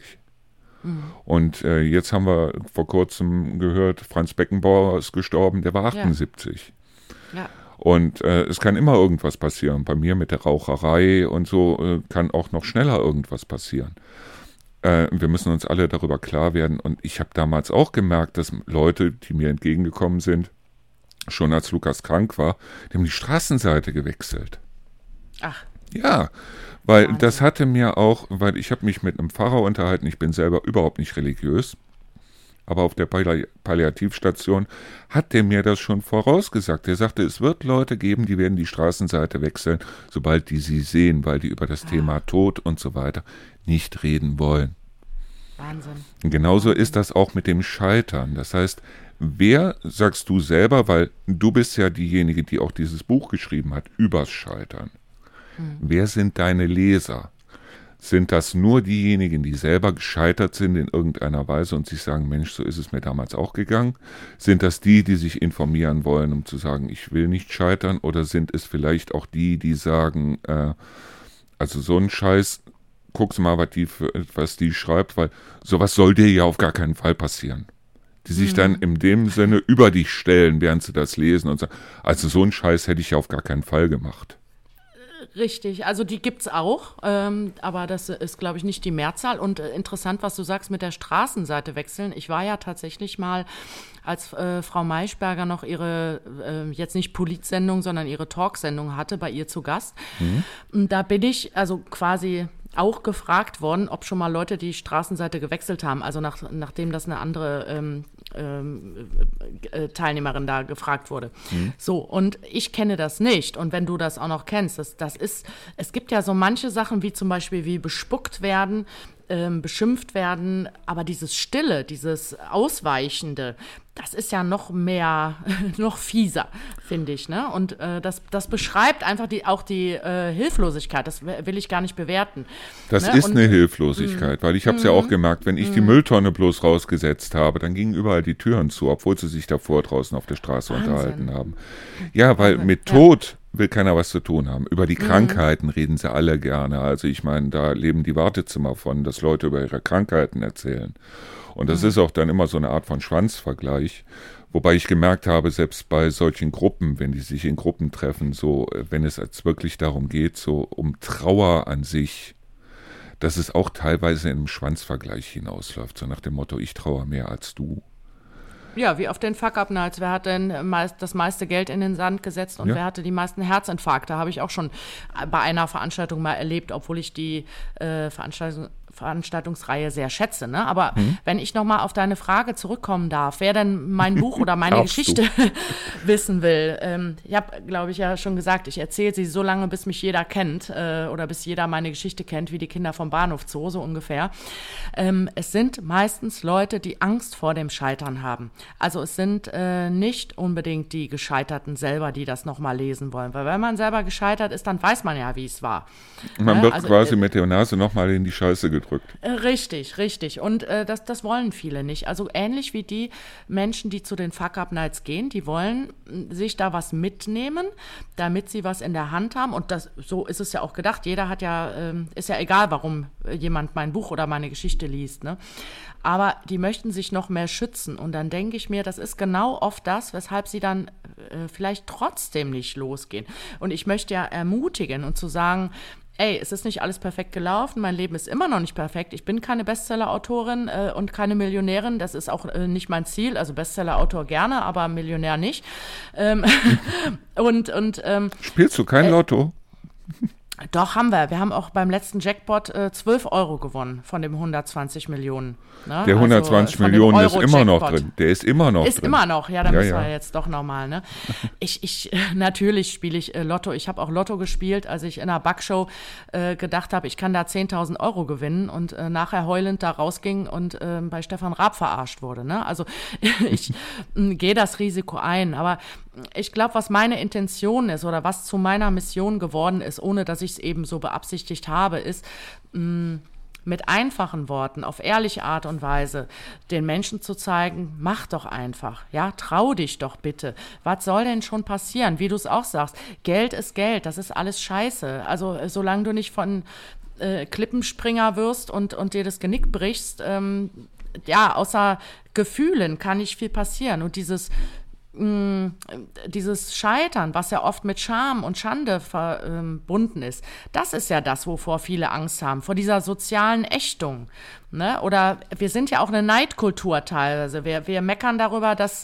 Und jetzt haben wir vor kurzem gehört, Franz Beckenbauer ist gestorben, der war 78. Ja. Und es kann immer irgendwas passieren. Bei mir mit der Raucherei und so kann auch noch schneller irgendwas passieren. Wir müssen uns alle darüber klar werden. Und ich habe damals auch gemerkt, dass Leute, die mir entgegengekommen sind, schon als Lukas krank war, die haben die Straßenseite gewechselt. Ach. Ja, weil Wahnsinn. das hatte mir auch, weil ich habe mich mit einem Pfarrer unterhalten, ich bin selber überhaupt nicht religiös, aber auf der Palliativstation hat der mir das schon vorausgesagt. Er sagte, es wird Leute geben, die werden die Straßenseite wechseln, sobald die sie sehen, weil die über das Thema Tod und so weiter nicht reden wollen. Wahnsinn. Und genauso ist das auch mit dem Scheitern. Das heißt, wer, sagst du selber, weil du bist ja diejenige, die auch dieses Buch geschrieben hat, übers Scheitern. Wer sind deine Leser? Sind das nur diejenigen, die selber gescheitert sind in irgendeiner Weise und sich sagen, Mensch, so ist es mir damals auch gegangen? Sind das die, die sich informieren wollen, um zu sagen, ich will nicht scheitern? Oder sind es vielleicht auch die, die sagen, also so ein Scheiß, guckst mal, was die schreibt, weil sowas soll dir ja auf gar keinen Fall passieren. Die sich dann in dem Sinne über dich stellen, während sie das lesen und sagen, also so einen Scheiß hätte ich ja auf gar keinen Fall gemacht. Richtig, also die gibt's auch, aber das ist, glaube ich, nicht die Mehrzahl. Und interessant, was du sagst mit der Straßenseite wechseln. Ich war ja tatsächlich mal, als Frau Maischberger noch ihre, jetzt nicht Politsendung, sondern ihre Talksendung hatte, bei ihr zu Gast. Und da bin ich also quasi auch gefragt worden, ob schon mal Leute die Straßenseite gewechselt haben, also nachdem das eine andere Teilnehmerin da gefragt wurde. So, und ich kenne das nicht. Und wenn du das auch noch kennst, es gibt ja so manche Sachen, wie zum Beispiel wie bespuckt werden, beschimpft werden, aber dieses Stille, dieses Ausweichende, das ist ja noch mehr, noch fieser, finde ich, ne? Und das beschreibt einfach auch die Hilflosigkeit, das will ich gar nicht bewerten. Das ne? ist eine Hilflosigkeit, weil ich habe es ja auch gemerkt, wenn ich die Mülltonne bloß rausgesetzt habe, dann gingen überall die Türen zu, obwohl sie sich davor draußen auf der Straße unterhalten haben. Ja, weil mit Tod will keiner was zu tun haben. Über die Krankheiten reden sie alle gerne. Also ich meine, da leben die Wartezimmer von, dass Leute über ihre Krankheiten erzählen. Und das ist auch dann immer so eine Art von Schwanzvergleich, Wobei ich gemerkt habe, selbst bei solchen Gruppen, wenn die sich in Gruppen treffen, so, wenn es jetzt wirklich darum geht, so um Trauer an sich, dass es auch teilweise in einem Schwanzvergleich hinausläuft, so nach dem Motto, ich trauere mehr als du. Ja, wie auf den Fuck-Up-Nights. Wer hat denn das meiste Geld in den Sand gesetzt und wer hatte die meisten Herzinfarkte? Habe ich auch schon bei einer Veranstaltung mal erlebt, obwohl ich die Veranstaltungsreihe sehr schätze. Ne? Aber wenn ich nochmal auf deine Frage zurückkommen darf, wer denn mein Buch oder meine Geschichte wissen will. Ich habe, glaube ich, ja schon gesagt, ich erzähle sie so lange, bis mich jeder kennt oder bis jeder meine Geschichte kennt, wie die Kinder vom Bahnhof Zoo, so ungefähr. Es sind meistens Leute, die Angst vor dem Scheitern haben. Also es sind nicht unbedingt die Gescheiterten selber, die das nochmal lesen wollen. Weil wenn man selber gescheitert ist, dann weiß man ja, wie es war. Man wird quasi mit der Nase nochmal in die Scheiße gedrückt. Richtig, richtig. Und das wollen viele nicht. Also ähnlich wie die Menschen, die zu den Fuck-Up-Nights gehen, die wollen sich da was mitnehmen, damit sie was in der Hand haben. Und so ist es ja auch gedacht. Jeder hat ja, ist ja egal, warum jemand mein Buch oder meine Geschichte liest, ne? Aber die möchten sich noch mehr schützen. Und dann denke ich mir, das ist genau oft das, weshalb sie dann vielleicht trotzdem nicht losgehen. Und ich möchte ja ermutigen und zu sagen, ey, es ist nicht alles perfekt gelaufen, mein Leben ist immer noch nicht perfekt, ich bin keine Bestseller-Autorin und keine Millionärin, das ist auch nicht mein Ziel, also Bestseller-Autor gerne, aber Millionär nicht. Spielst du kein Lotto? Doch, haben wir. Wir haben auch beim letzten Jackpot 12 Euro gewonnen von dem 120 Millionen. Ne? Der 120 Millionen ist immer noch drin. Der ist immer noch drin. Ist immer noch, ja, da müssen wir jetzt doch nochmal. Ne? Natürlich spiele ich Lotto. Ich habe auch Lotto gespielt, als ich in einer Backshow gedacht habe, ich kann da 10.000 Euro gewinnen und nachher heulend da rausging und bei Stefan Raab verarscht wurde. Ne? Also ich gehe das Risiko ein, aber ich glaube, was meine Intention ist oder was zu meiner Mission geworden ist, ohne dass ich es eben so beabsichtigt habe, ist, mit einfachen Worten, auf ehrliche Art und Weise den Menschen zu zeigen, mach doch einfach, ja, trau dich doch bitte. Was soll denn schon passieren? Wie du es auch sagst, Geld ist Geld, das ist alles Scheiße. Also solange du nicht von Klippenspringer wirst und dir das Genick brichst, außer Gefühlen kann nicht viel passieren. Und dieses Scheitern, was ja oft mit Scham und Schande verbunden ist, das ist ja das, wovor viele Angst haben, vor dieser sozialen Ächtung. Ne? Oder wir sind ja auch eine Neidkultur teilweise. Wir meckern darüber, dass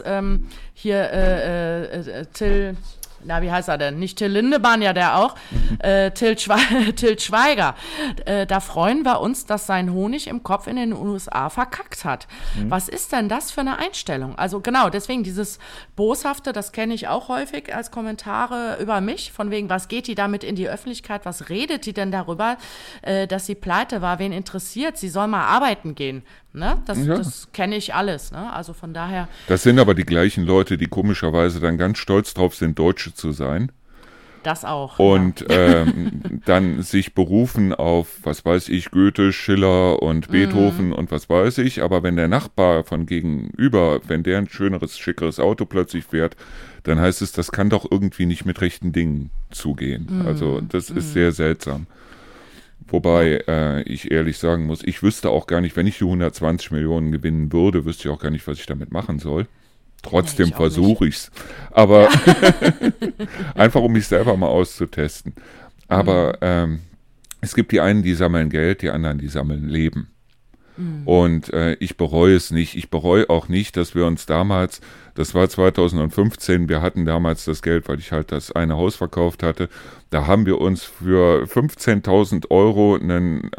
Till, wie heißt er denn? Nicht Till Lindemann, ja der auch, Till Schweiger. Da freuen wir uns, dass sein Honig im Kopf in den USA verkackt hat. Was ist denn das für eine Einstellung? Also genau, deswegen dieses Boshafte, das kenne ich auch häufig als Kommentare über mich, von wegen, was geht die damit in die Öffentlichkeit, was redet die denn darüber, dass sie pleite war, wen interessiert, sie soll mal arbeiten gehen. Ne? Das kenne ich alles. Ne? Also von daher. Das sind aber die gleichen Leute, die komischerweise dann ganz stolz drauf sind, Deutsche zu sein. Das auch. Und dann sich berufen auf, was weiß ich, Goethe, Schiller und Beethoven und was weiß ich. Aber wenn der Nachbar von gegenüber, wenn der ein schöneres, schickeres Auto plötzlich fährt, dann heißt es, das kann doch irgendwie nicht mit rechten Dingen zugehen. Also das ist sehr seltsam. Wobei ich ehrlich sagen muss, ich wüsste auch gar nicht, wenn ich die 120 Millionen gewinnen würde, wüsste ich auch gar nicht, was ich damit machen soll. Trotzdem versuche ich es. Aber einfach, um mich selber mal auszutesten. Aber es gibt die einen, die sammeln Geld, die anderen, die sammeln Leben. Und ich bereue es nicht. Ich bereue auch nicht, dass wir uns damals, das war 2015, wir hatten damals das Geld, weil ich halt das eine Haus verkauft hatte, da haben wir uns für 15.000 Euro einen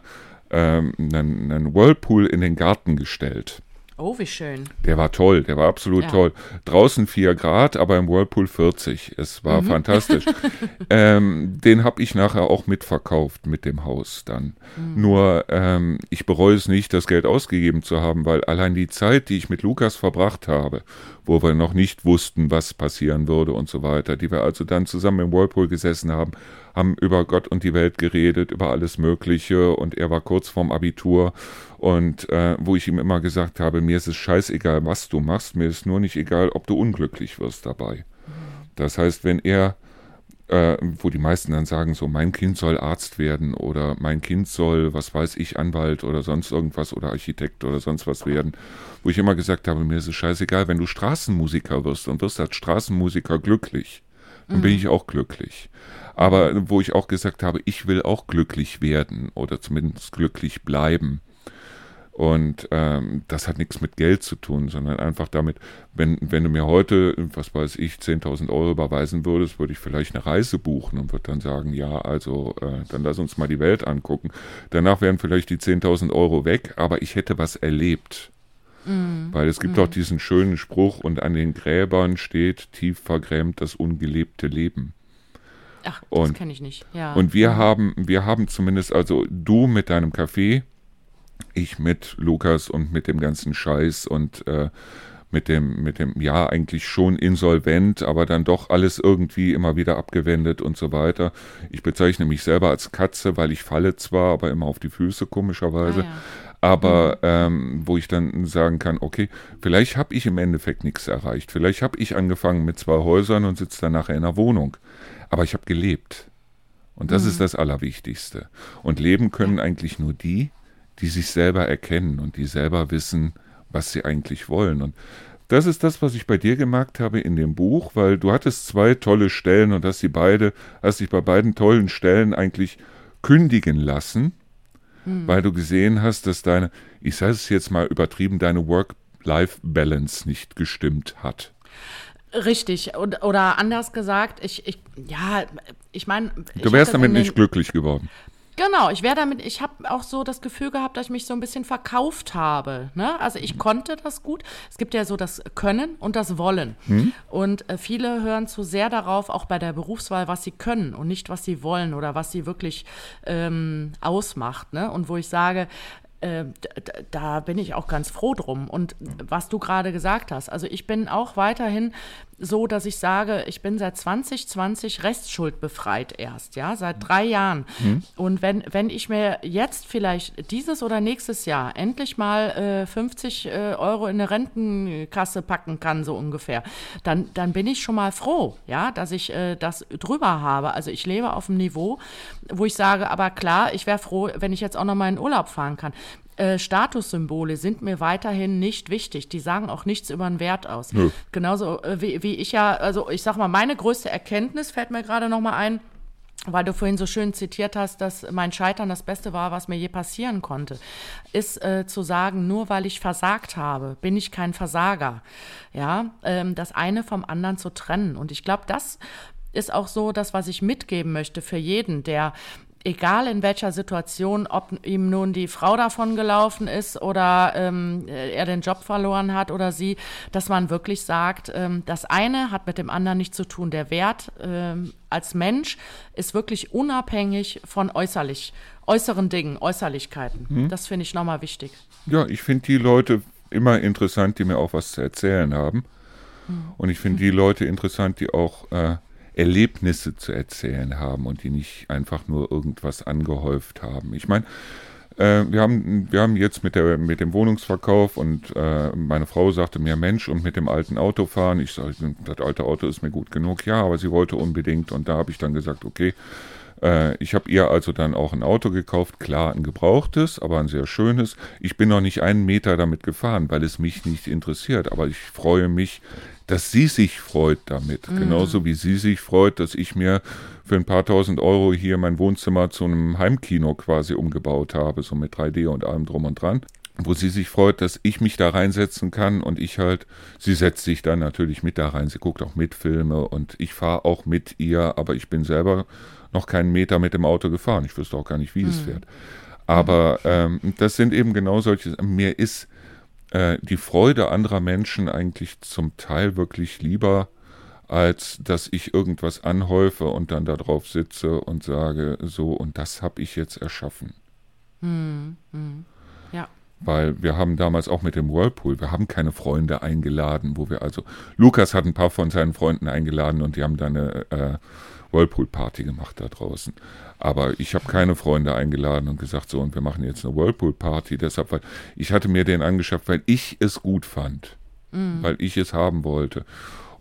Whirlpool in den Garten gestellt. Oh, wie schön. Der war toll, der war absolut toll. Draußen 4 Grad, aber im Whirlpool 40. Es war fantastisch. Den habe ich nachher auch mitverkauft mit dem Haus dann. Nur ich bereue es nicht, das Geld ausgegeben zu haben, weil allein die Zeit, die ich mit Lukas verbracht habe, wo wir noch nicht wussten, was passieren würde und so weiter, die wir also dann zusammen im Whirlpool gesessen haben über Gott und die Welt geredet, über alles Mögliche und er war kurz vorm Abitur und wo ich ihm immer gesagt habe, mir ist es scheißegal, was du machst, mir ist nur nicht egal, ob du unglücklich wirst dabei. Das heißt, wenn er wo die meisten dann sagen, so, mein Kind soll Arzt werden oder mein Kind soll, was weiß ich, Anwalt oder sonst irgendwas oder Architekt oder sonst was werden, wo ich immer gesagt habe, mir ist es scheißegal, wenn du Straßenmusiker wirst und wirst als Straßenmusiker glücklich, dann bin ich auch glücklich. Aber wo ich auch gesagt habe, ich will auch glücklich werden oder zumindest glücklich bleiben. Und das hat nichts mit Geld zu tun, sondern einfach damit, wenn du mir heute, was weiß ich, 10.000 Euro überweisen würdest, würde ich vielleicht eine Reise buchen und würde dann sagen, ja, also dann lass uns mal die Welt angucken. Danach wären vielleicht die 10.000 Euro weg, aber ich hätte was erlebt. Weil es gibt auch diesen schönen Spruch, und an den Gräbern steht tief vergrämt das ungelebte Leben. Ach, das kenne ich nicht. Ja. Und wir haben zumindest, also du mit deinem Café, ich mit Lukas und mit dem ganzen Scheiß und mit dem, ja, eigentlich schon insolvent, aber dann doch alles irgendwie immer wieder abgewendet und so weiter. Ich bezeichne mich selber als Katze, weil ich falle zwar, aber immer auf die Füße, komischerweise. Ja. Aber wo ich dann sagen kann, okay, vielleicht habe ich im Endeffekt nichts erreicht. Vielleicht habe ich angefangen mit 2 Häusern und sitze dann nachher in einer Wohnung. Aber ich habe gelebt. Und das ist das Allerwichtigste. Und leben können eigentlich nur die sich selber erkennen und die selber wissen, was sie eigentlich wollen. Und das ist das, was ich bei dir gemerkt habe in dem Buch, weil du hattest 2 tolle Stellen und hast dich bei beiden tollen Stellen eigentlich kündigen lassen, weil du gesehen hast, dass deine, ich sage es jetzt mal übertrieben, deine Work-Life-Balance nicht gestimmt hat. Richtig. Oder anders gesagt, ich meine... Du wärst damit nicht glücklich geworden. Genau, ich habe auch so das Gefühl gehabt, dass ich mich so ein bisschen verkauft habe. Ne? Also ich konnte das gut. Es gibt ja so das Können und das Wollen. Und viele hören zu sehr darauf, auch bei der Berufswahl, was sie können und nicht, was sie wollen oder was sie wirklich ausmacht. Ne? Und wo ich sage, da bin ich auch ganz froh drum. Und was du gerade gesagt hast, also ich bin auch weiterhin so, dass ich sage, ich bin seit 2020 restschuldbefreit erst, ja, seit 3 Jahren. Und wenn ich mir jetzt vielleicht dieses oder nächstes Jahr endlich mal 50 Euro in eine Rentenkasse packen kann, so ungefähr, dann bin ich schon mal froh, ja, dass ich das drüber habe. Also ich lebe auf einem Niveau, wo ich sage, aber klar, ich wäre froh, wenn ich jetzt auch noch mal in Urlaub fahren kann. Statussymbole sind mir weiterhin nicht wichtig. Die sagen auch nichts über den Wert aus. Ja. Genauso wie ich ja, also ich sag mal, meine größte Erkenntnis fällt mir gerade noch mal ein, weil du vorhin so schön zitiert hast, dass mein Scheitern das Beste war, was mir je passieren konnte, ist zu sagen, nur weil ich versagt habe, bin ich kein Versager. Ja, das eine vom anderen zu trennen. Und ich glaube, das ist auch so das, was ich mitgeben möchte für jeden, der egal in welcher Situation, ob ihm nun die Frau davon gelaufen ist oder er den Job verloren hat oder sie, dass man wirklich sagt, das eine hat mit dem anderen nichts zu tun. Der Wert als Mensch ist wirklich unabhängig von äußeren Dingen, Äußerlichkeiten. Das finde ich nochmal wichtig. Ja, ich finde die Leute immer interessant, die mir auch was zu erzählen haben. Und ich finde die Leute interessant, die auch Erlebnisse zu erzählen haben und die nicht einfach nur irgendwas angehäuft haben. Ich meine, wir haben jetzt mit dem Wohnungsverkauf und meine Frau sagte mir, Mensch, und mit dem alten Auto fahren. Ich sage, das alte Auto ist mir gut genug. Ja, aber sie wollte unbedingt. Und da habe ich dann gesagt, okay, ich habe ihr also dann auch ein Auto gekauft, klar ein gebrauchtes, aber ein sehr schönes. Ich bin noch nicht 1 Meter damit gefahren, weil es mich nicht interessiert, aber ich freue mich, dass sie sich freut damit. Genauso wie sie sich freut, dass ich mir für ein paar tausend Euro hier mein Wohnzimmer zu einem Heimkino quasi umgebaut habe, so mit 3D und allem drum und dran. Wo sie sich freut, dass ich mich da reinsetzen kann und sie setzt sich dann natürlich mit da rein, sie guckt auch mit Filme und ich fahre auch mit ihr, aber ich bin selber noch keinen Meter mit dem Auto gefahren. Ich wüsste auch gar nicht, wie es fährt. Aber das sind eben genau solche, mir ist die Freude anderer Menschen eigentlich zum Teil wirklich lieber, als dass ich irgendwas anhäufe und dann da drauf sitze und sage, so, und das habe ich jetzt erschaffen. Ja. Weil wir haben damals auch mit dem Whirlpool, wir haben keine Freunde eingeladen, Lukas hat ein paar von seinen Freunden eingeladen und die haben dann eine Whirlpool-Party gemacht da draußen. Aber ich habe keine Freunde eingeladen und gesagt, so, und wir machen jetzt eine Whirlpool-Party, deshalb, weil ich hatte mir den angeschafft, weil ich es gut fand, weil ich es haben wollte.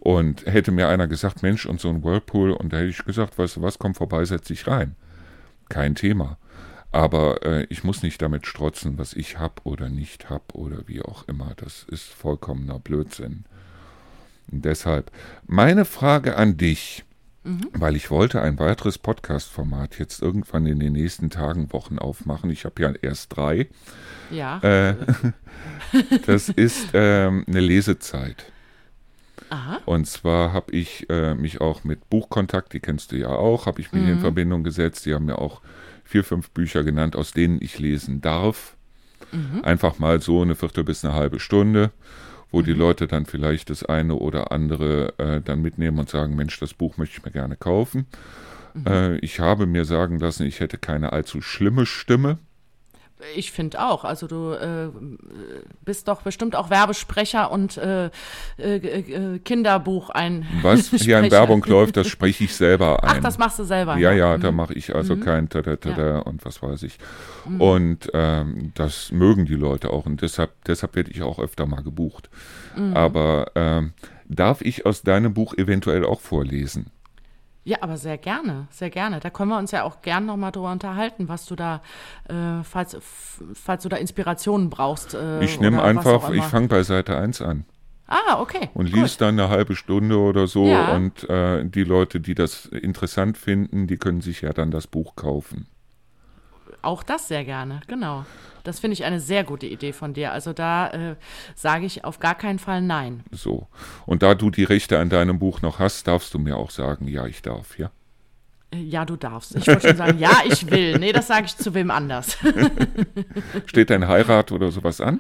Und hätte mir einer gesagt, Mensch, und so ein Whirlpool, und da hätte ich gesagt, weißt du was, komm vorbei, setz dich rein. Kein Thema. Aber ich muss nicht damit strotzen, was ich hab oder nicht hab oder wie auch immer. Das ist vollkommener Blödsinn. Und deshalb meine Frage an dich, weil ich wollte ein weiteres Podcast-Format jetzt irgendwann in den nächsten Tagen, Wochen aufmachen. Ich habe ja erst 3. Ja. Das ist eine Lesezeit. Aha. Und zwar habe ich mich auch mit Buchkontakt, die kennst du ja auch, habe ich mich in Verbindung gesetzt. Die haben mir auch 4, 5 Bücher genannt, aus denen ich lesen darf. Einfach mal so eine Viertel bis eine halbe Stunde, wo die Leute dann vielleicht das eine oder andere dann mitnehmen und sagen, Mensch, das Buch möchte ich mir gerne kaufen. Ich habe mir sagen lassen, ich hätte keine allzu schlimme Stimme. Ich finde auch. Also du bist doch bestimmt auch Werbesprecher und Kinderbuch Was hier an Werbung läuft, das spreche ich selber ein. Ach, das machst du selber. Ja, da mache ich also kein Tada und was weiß ich. Und das mögen die Leute auch und deshalb werde ich auch öfter mal gebucht. Aber darf ich aus deinem Buch eventuell auch vorlesen? Ja, aber sehr gerne, sehr gerne. Da können wir uns ja auch gern nochmal drüber unterhalten, was du da, falls du da Inspirationen brauchst. Ich nehme einfach, ich fange bei Seite 1 an. Ah, okay. Und lies dann eine halbe Stunde oder so. Ja. Und die Leute, die das interessant finden, die können sich ja dann das Buch kaufen. Auch das sehr gerne, genau. Das finde ich eine sehr gute Idee von dir. Also da sage ich auf gar keinen Fall nein. So. Und da du die Rechte an deinem Buch noch hast, darfst du mir auch sagen, ja, ich darf, ja? Ja, du darfst. Ich wollte schon sagen, ja, ich will. Nee, das sage ich zu wem anders. Steht dein Heirat oder sowas an?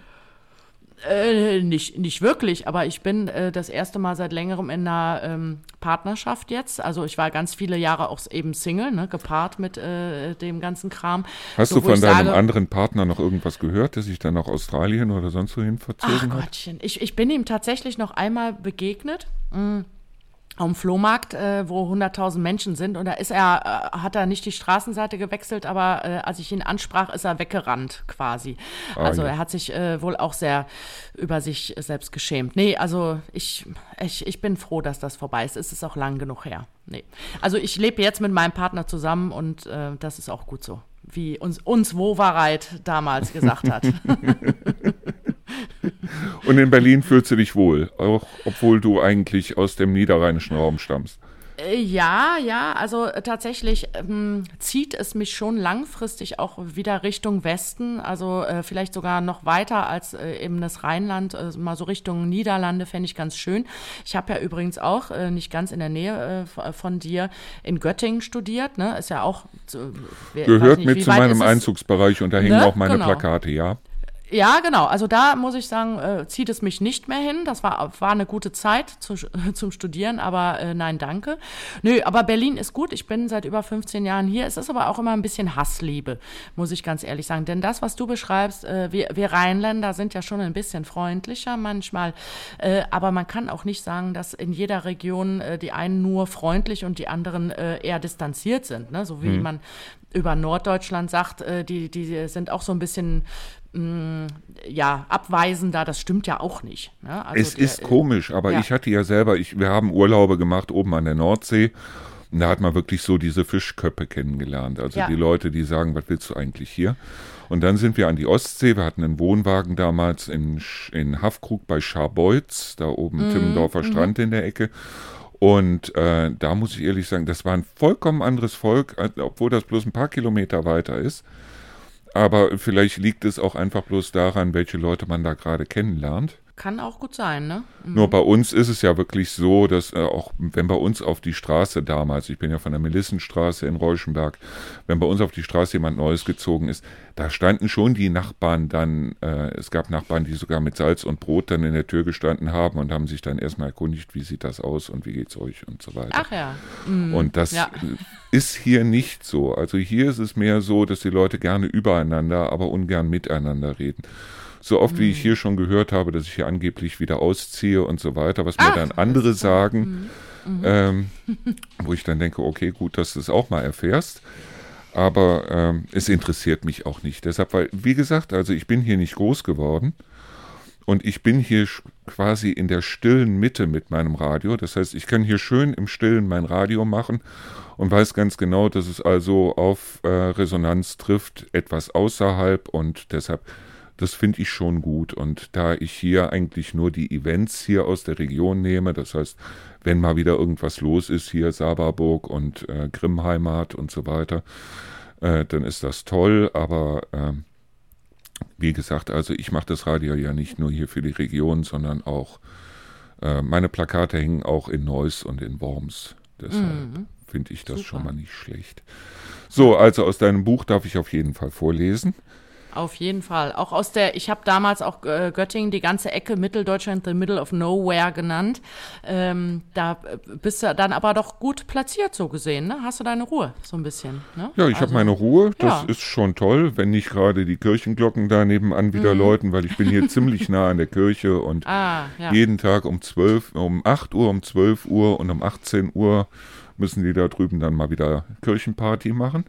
Nicht wirklich, aber ich bin das erste Mal seit längerem in einer Partnerschaft jetzt. Also ich war ganz viele Jahre auch eben Single, ne, gepaart mit dem ganzen Kram. Hast du von deinem anderen Partner noch irgendwas gehört, der sich dann nach Australien oder sonst wohin verzogen hat? Ach Gottchen, ich bin ihm tatsächlich noch einmal begegnet. Am Flohmarkt, wo 100.000 Menschen sind. Und da hat er nicht die Straßenseite gewechselt, aber als ich ihn ansprach, ist er weggerannt quasi. Also er hat sich wohl auch sehr über sich selbst geschämt. Nee, also ich bin froh, dass das vorbei ist. Es ist auch lang genug her. Nee. Also ich lebe jetzt mit meinem Partner zusammen und das ist auch gut so. Wie uns Wowereit damals gesagt hat. Und in Berlin fühlst du dich wohl, auch obwohl du eigentlich aus dem niederrheinischen Raum stammst. Ja, also tatsächlich zieht es mich schon langfristig auch wieder Richtung Westen, also vielleicht sogar noch weiter als eben das Rheinland, mal so Richtung Niederlande fände ich ganz schön. Ich habe ja übrigens auch nicht ganz in der Nähe von dir in Göttingen studiert, ne? Ist ja auch gehört nicht, mit zu meinem Einzugsbereich und da hängen auch meine Plakate, ja. Ja, genau. Also da muss ich sagen, zieht es mich nicht mehr hin. Das war eine gute Zeit zum Studieren, aber nein, danke. Nö, aber Berlin ist gut. Ich bin seit über 15 Jahren hier. Es ist aber auch immer ein bisschen Hassliebe, muss ich ganz ehrlich sagen. Denn das, was du beschreibst, wir Rheinländer sind ja schon ein bisschen freundlicher manchmal. Aber man kann auch nicht sagen, dass in jeder Region die einen nur freundlich und die anderen eher distanziert sind. Ne? So wie man über Norddeutschland sagt, die sind auch so ein bisschen abweisender, das stimmt ja auch nicht. Ne? Also es ist komisch, aber ich hatte ja selber, wir haben Urlaube gemacht oben an der Nordsee und da hat man wirklich so diese Fischköppe kennengelernt. Also die Leute, die sagen, was willst du eigentlich hier? Und dann sind wir an die Ostsee, wir hatten einen Wohnwagen damals in Haffkrug bei Scharbeutz, da oben Timmendorfer Strand in der Ecke. Und da muss ich ehrlich sagen, das war ein vollkommen anderes Volk, obwohl das bloß ein paar Kilometer weiter ist. Aber vielleicht liegt es auch einfach bloß daran, welche Leute man da gerade kennenlernt. Kann auch gut sein, ne? Nur bei uns ist es ja wirklich so, dass auch wenn bei uns auf die Straße damals, ich bin ja von der Melissenstraße in Reuschenberg, wenn bei uns auf die Straße jemand Neues gezogen ist, da standen schon die Nachbarn dann, es gab Nachbarn, die sogar mit Salz und Brot dann in der Tür gestanden haben und haben sich dann erstmal erkundigt, wie sieht das aus und wie geht's euch und so weiter. Ach ja. Und das ist hier nicht so. Also hier ist es mehr so, dass die Leute gerne übereinander, aber ungern miteinander reden. So oft, wie ich hier schon gehört habe, dass ich hier angeblich wieder ausziehe und so weiter, was mir dann andere sagen, wo ich dann denke, okay, gut, dass du es auch mal erfährst. Aber es interessiert mich auch nicht. Deshalb, weil, wie gesagt, also ich bin hier nicht groß geworden Und ich bin hier quasi in der stillen Mitte mit meinem Radio. Das heißt, ich kann hier schön im Stillen mein Radio machen und weiß ganz genau, dass es also auf Resonanz trifft, etwas außerhalb, und deshalb, das finde ich schon gut. Und da ich hier eigentlich nur die Events hier aus der Region nehme, das heißt, wenn mal wieder irgendwas los ist, hier Saarburg und Grimmheimat und so weiter, dann ist das toll, aber wie gesagt, also ich mache das Radio ja nicht nur hier für die Region, sondern auch, meine Plakate hängen auch in Neuss und in Worms. Deshalb finde ich das schon mal nicht schlecht. So, also aus deinem Buch darf ich auf jeden Fall vorlesen. Auf jeden Fall. Auch ich habe damals auch Göttingen, die ganze Ecke Mitteldeutschland, the middle of nowhere genannt. Da bist du dann aber doch gut platziert, so gesehen, ne? Hast du deine Ruhe, so ein bisschen, ne? Ja, ich habe meine Ruhe, das ist schon toll, wenn nicht gerade die Kirchenglocken da nebenan wieder läuten, weil ich bin hier ziemlich nah an der Kirche und jeden Tag um 8 Uhr, um 12 Uhr und um 18 Uhr müssen die da drüben dann mal wieder Kirchenparty machen.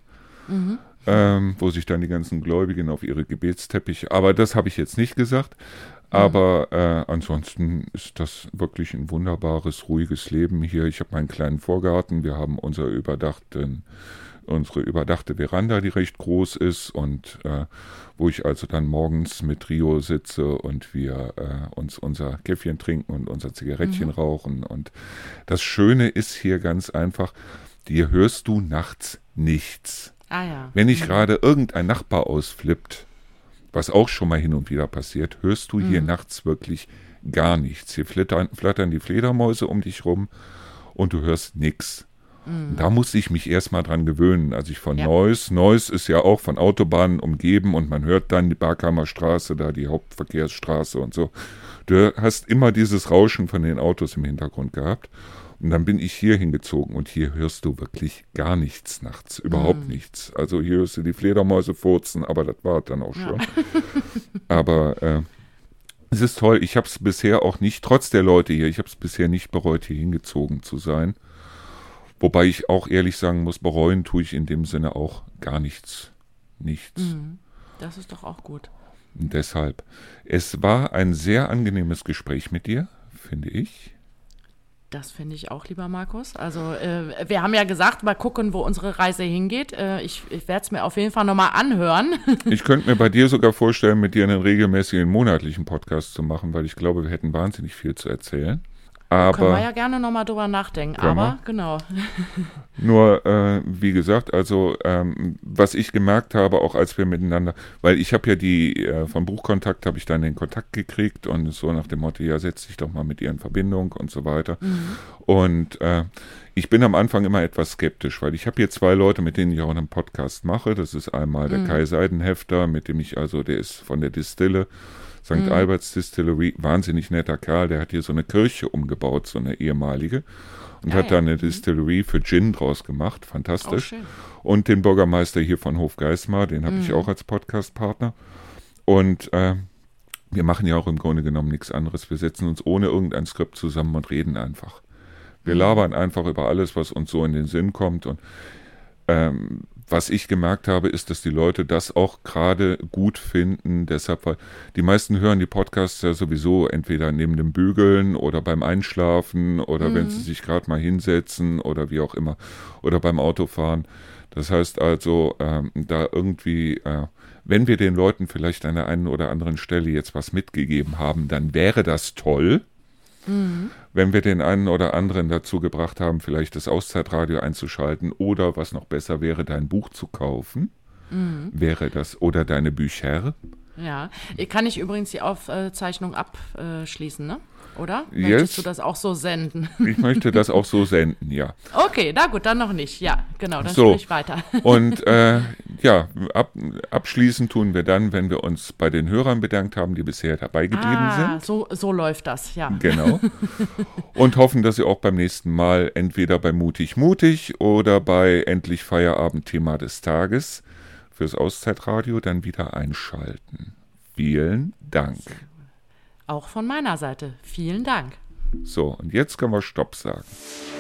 Wo sich dann die ganzen Gläubigen auf ihre Gebetsteppiche, aber das habe ich jetzt nicht gesagt, aber ansonsten ist das wirklich ein wunderbares, ruhiges Leben hier. Ich habe meinen kleinen Vorgarten, wir haben unsere überdachte Veranda, die recht groß ist und wo ich also dann morgens mit Rio sitze und wir uns unser Käffchen trinken und unser Zigarettchen rauchen. Und das Schöne ist hier ganz einfach, hier hörst du nachts nichts. Wenn nicht gerade irgendein Nachbar ausflippt, was auch schon mal hin und wieder passiert, hörst du hier nachts wirklich gar nichts. Hier flattern die Fledermäuse um dich rum und du hörst nichts. Da musste ich mich erstmal dran gewöhnen, als ich von Neuss ist ja auch von Autobahnen umgeben und man hört dann die Barkheimer Straße, da die Hauptverkehrsstraße und so. Du hast immer dieses Rauschen von den Autos im Hintergrund gehabt. Und dann bin ich hier hingezogen und hier hörst du wirklich gar nichts nachts, überhaupt nichts. Also hier hörst du die Fledermäuse furzen, aber das war dann auch schon. Aber es ist toll, ich habe es bisher auch nicht, trotz der Leute hier, ich habe es bisher nicht bereut, hier hingezogen zu sein. Wobei ich auch ehrlich sagen muss, bereuen tue ich in dem Sinne auch gar nichts. Nichts. Das ist doch auch gut. Und deshalb, es war ein sehr angenehmes Gespräch mit dir, finde ich. Das finde ich auch, lieber Markus. Also wir haben ja gesagt, mal gucken, wo unsere Reise hingeht. Ich werde es mir auf jeden Fall nochmal anhören. Ich könnte mir bei dir sogar vorstellen, mit dir einen regelmäßigen monatlichen Podcast zu machen, weil ich glaube, wir hätten wahnsinnig viel zu erzählen. Aber können wir ja gerne nochmal drüber nachdenken, aber genau. Nur, wie gesagt, also was ich gemerkt habe, auch als wir miteinander, weil ich habe ja vom Buchkontakt habe ich dann den Kontakt gekriegt und so nach dem Motto, ja, setz dich doch mal mit ihr in Verbindung und so weiter. Und ich bin am Anfang immer etwas skeptisch, weil ich habe hier 2 Leute, mit denen ich auch einen Podcast mache. Das ist einmal der Kai Seidenhefter, mit dem ich also, der ist von der Distille, St. Alberts Distillery, wahnsinnig netter Kerl, der hat hier so eine Kirche umgebaut, so eine ehemalige, und hat da eine Distillery für Gin draus gemacht, fantastisch. Und den Bürgermeister hier von Hofgeismar, den habe ich auch als Podcast-Partner. Und wir machen ja auch im Grunde genommen nichts anderes. Wir setzen uns ohne irgendein Skript zusammen und reden einfach. Wir labern einfach über alles, was uns so in den Sinn kommt. Und was ich gemerkt habe, ist, dass die Leute das auch gerade gut finden. Deshalb, weil die meisten hören die Podcasts ja sowieso entweder neben dem Bügeln oder beim Einschlafen oder wenn sie sich gerade mal hinsetzen oder wie auch immer oder beim Autofahren. Das heißt also, da irgendwie, wenn wir den Leuten vielleicht an der einen oder anderen Stelle jetzt was mitgegeben haben, dann wäre das toll. Wenn wir den einen oder anderen dazu gebracht haben, vielleicht das Auszeitradio einzuschalten oder was noch besser wäre, dein Buch zu kaufen, wäre das, oder deine Bücher. Ja, kann ich übrigens die Aufzeichnung abschließen, ne? Oder? Möchtest du das auch so senden? Ich möchte das auch so senden, ja. Okay, na gut, dann noch nicht. Ja, genau, dann sprich weiter. Und abschließend tun wir dann, wenn wir uns bei den Hörern bedankt haben, die bisher dabei geblieben sind. So läuft das, ja. Genau. Und hoffen, dass Sie auch beim nächsten Mal entweder bei Mutig oder bei Endlich Feierabend Thema des Tages fürs Auszeitradio dann wieder einschalten. Vielen Dank. Auch von meiner Seite. Vielen Dank. So, und jetzt können wir Stopp sagen.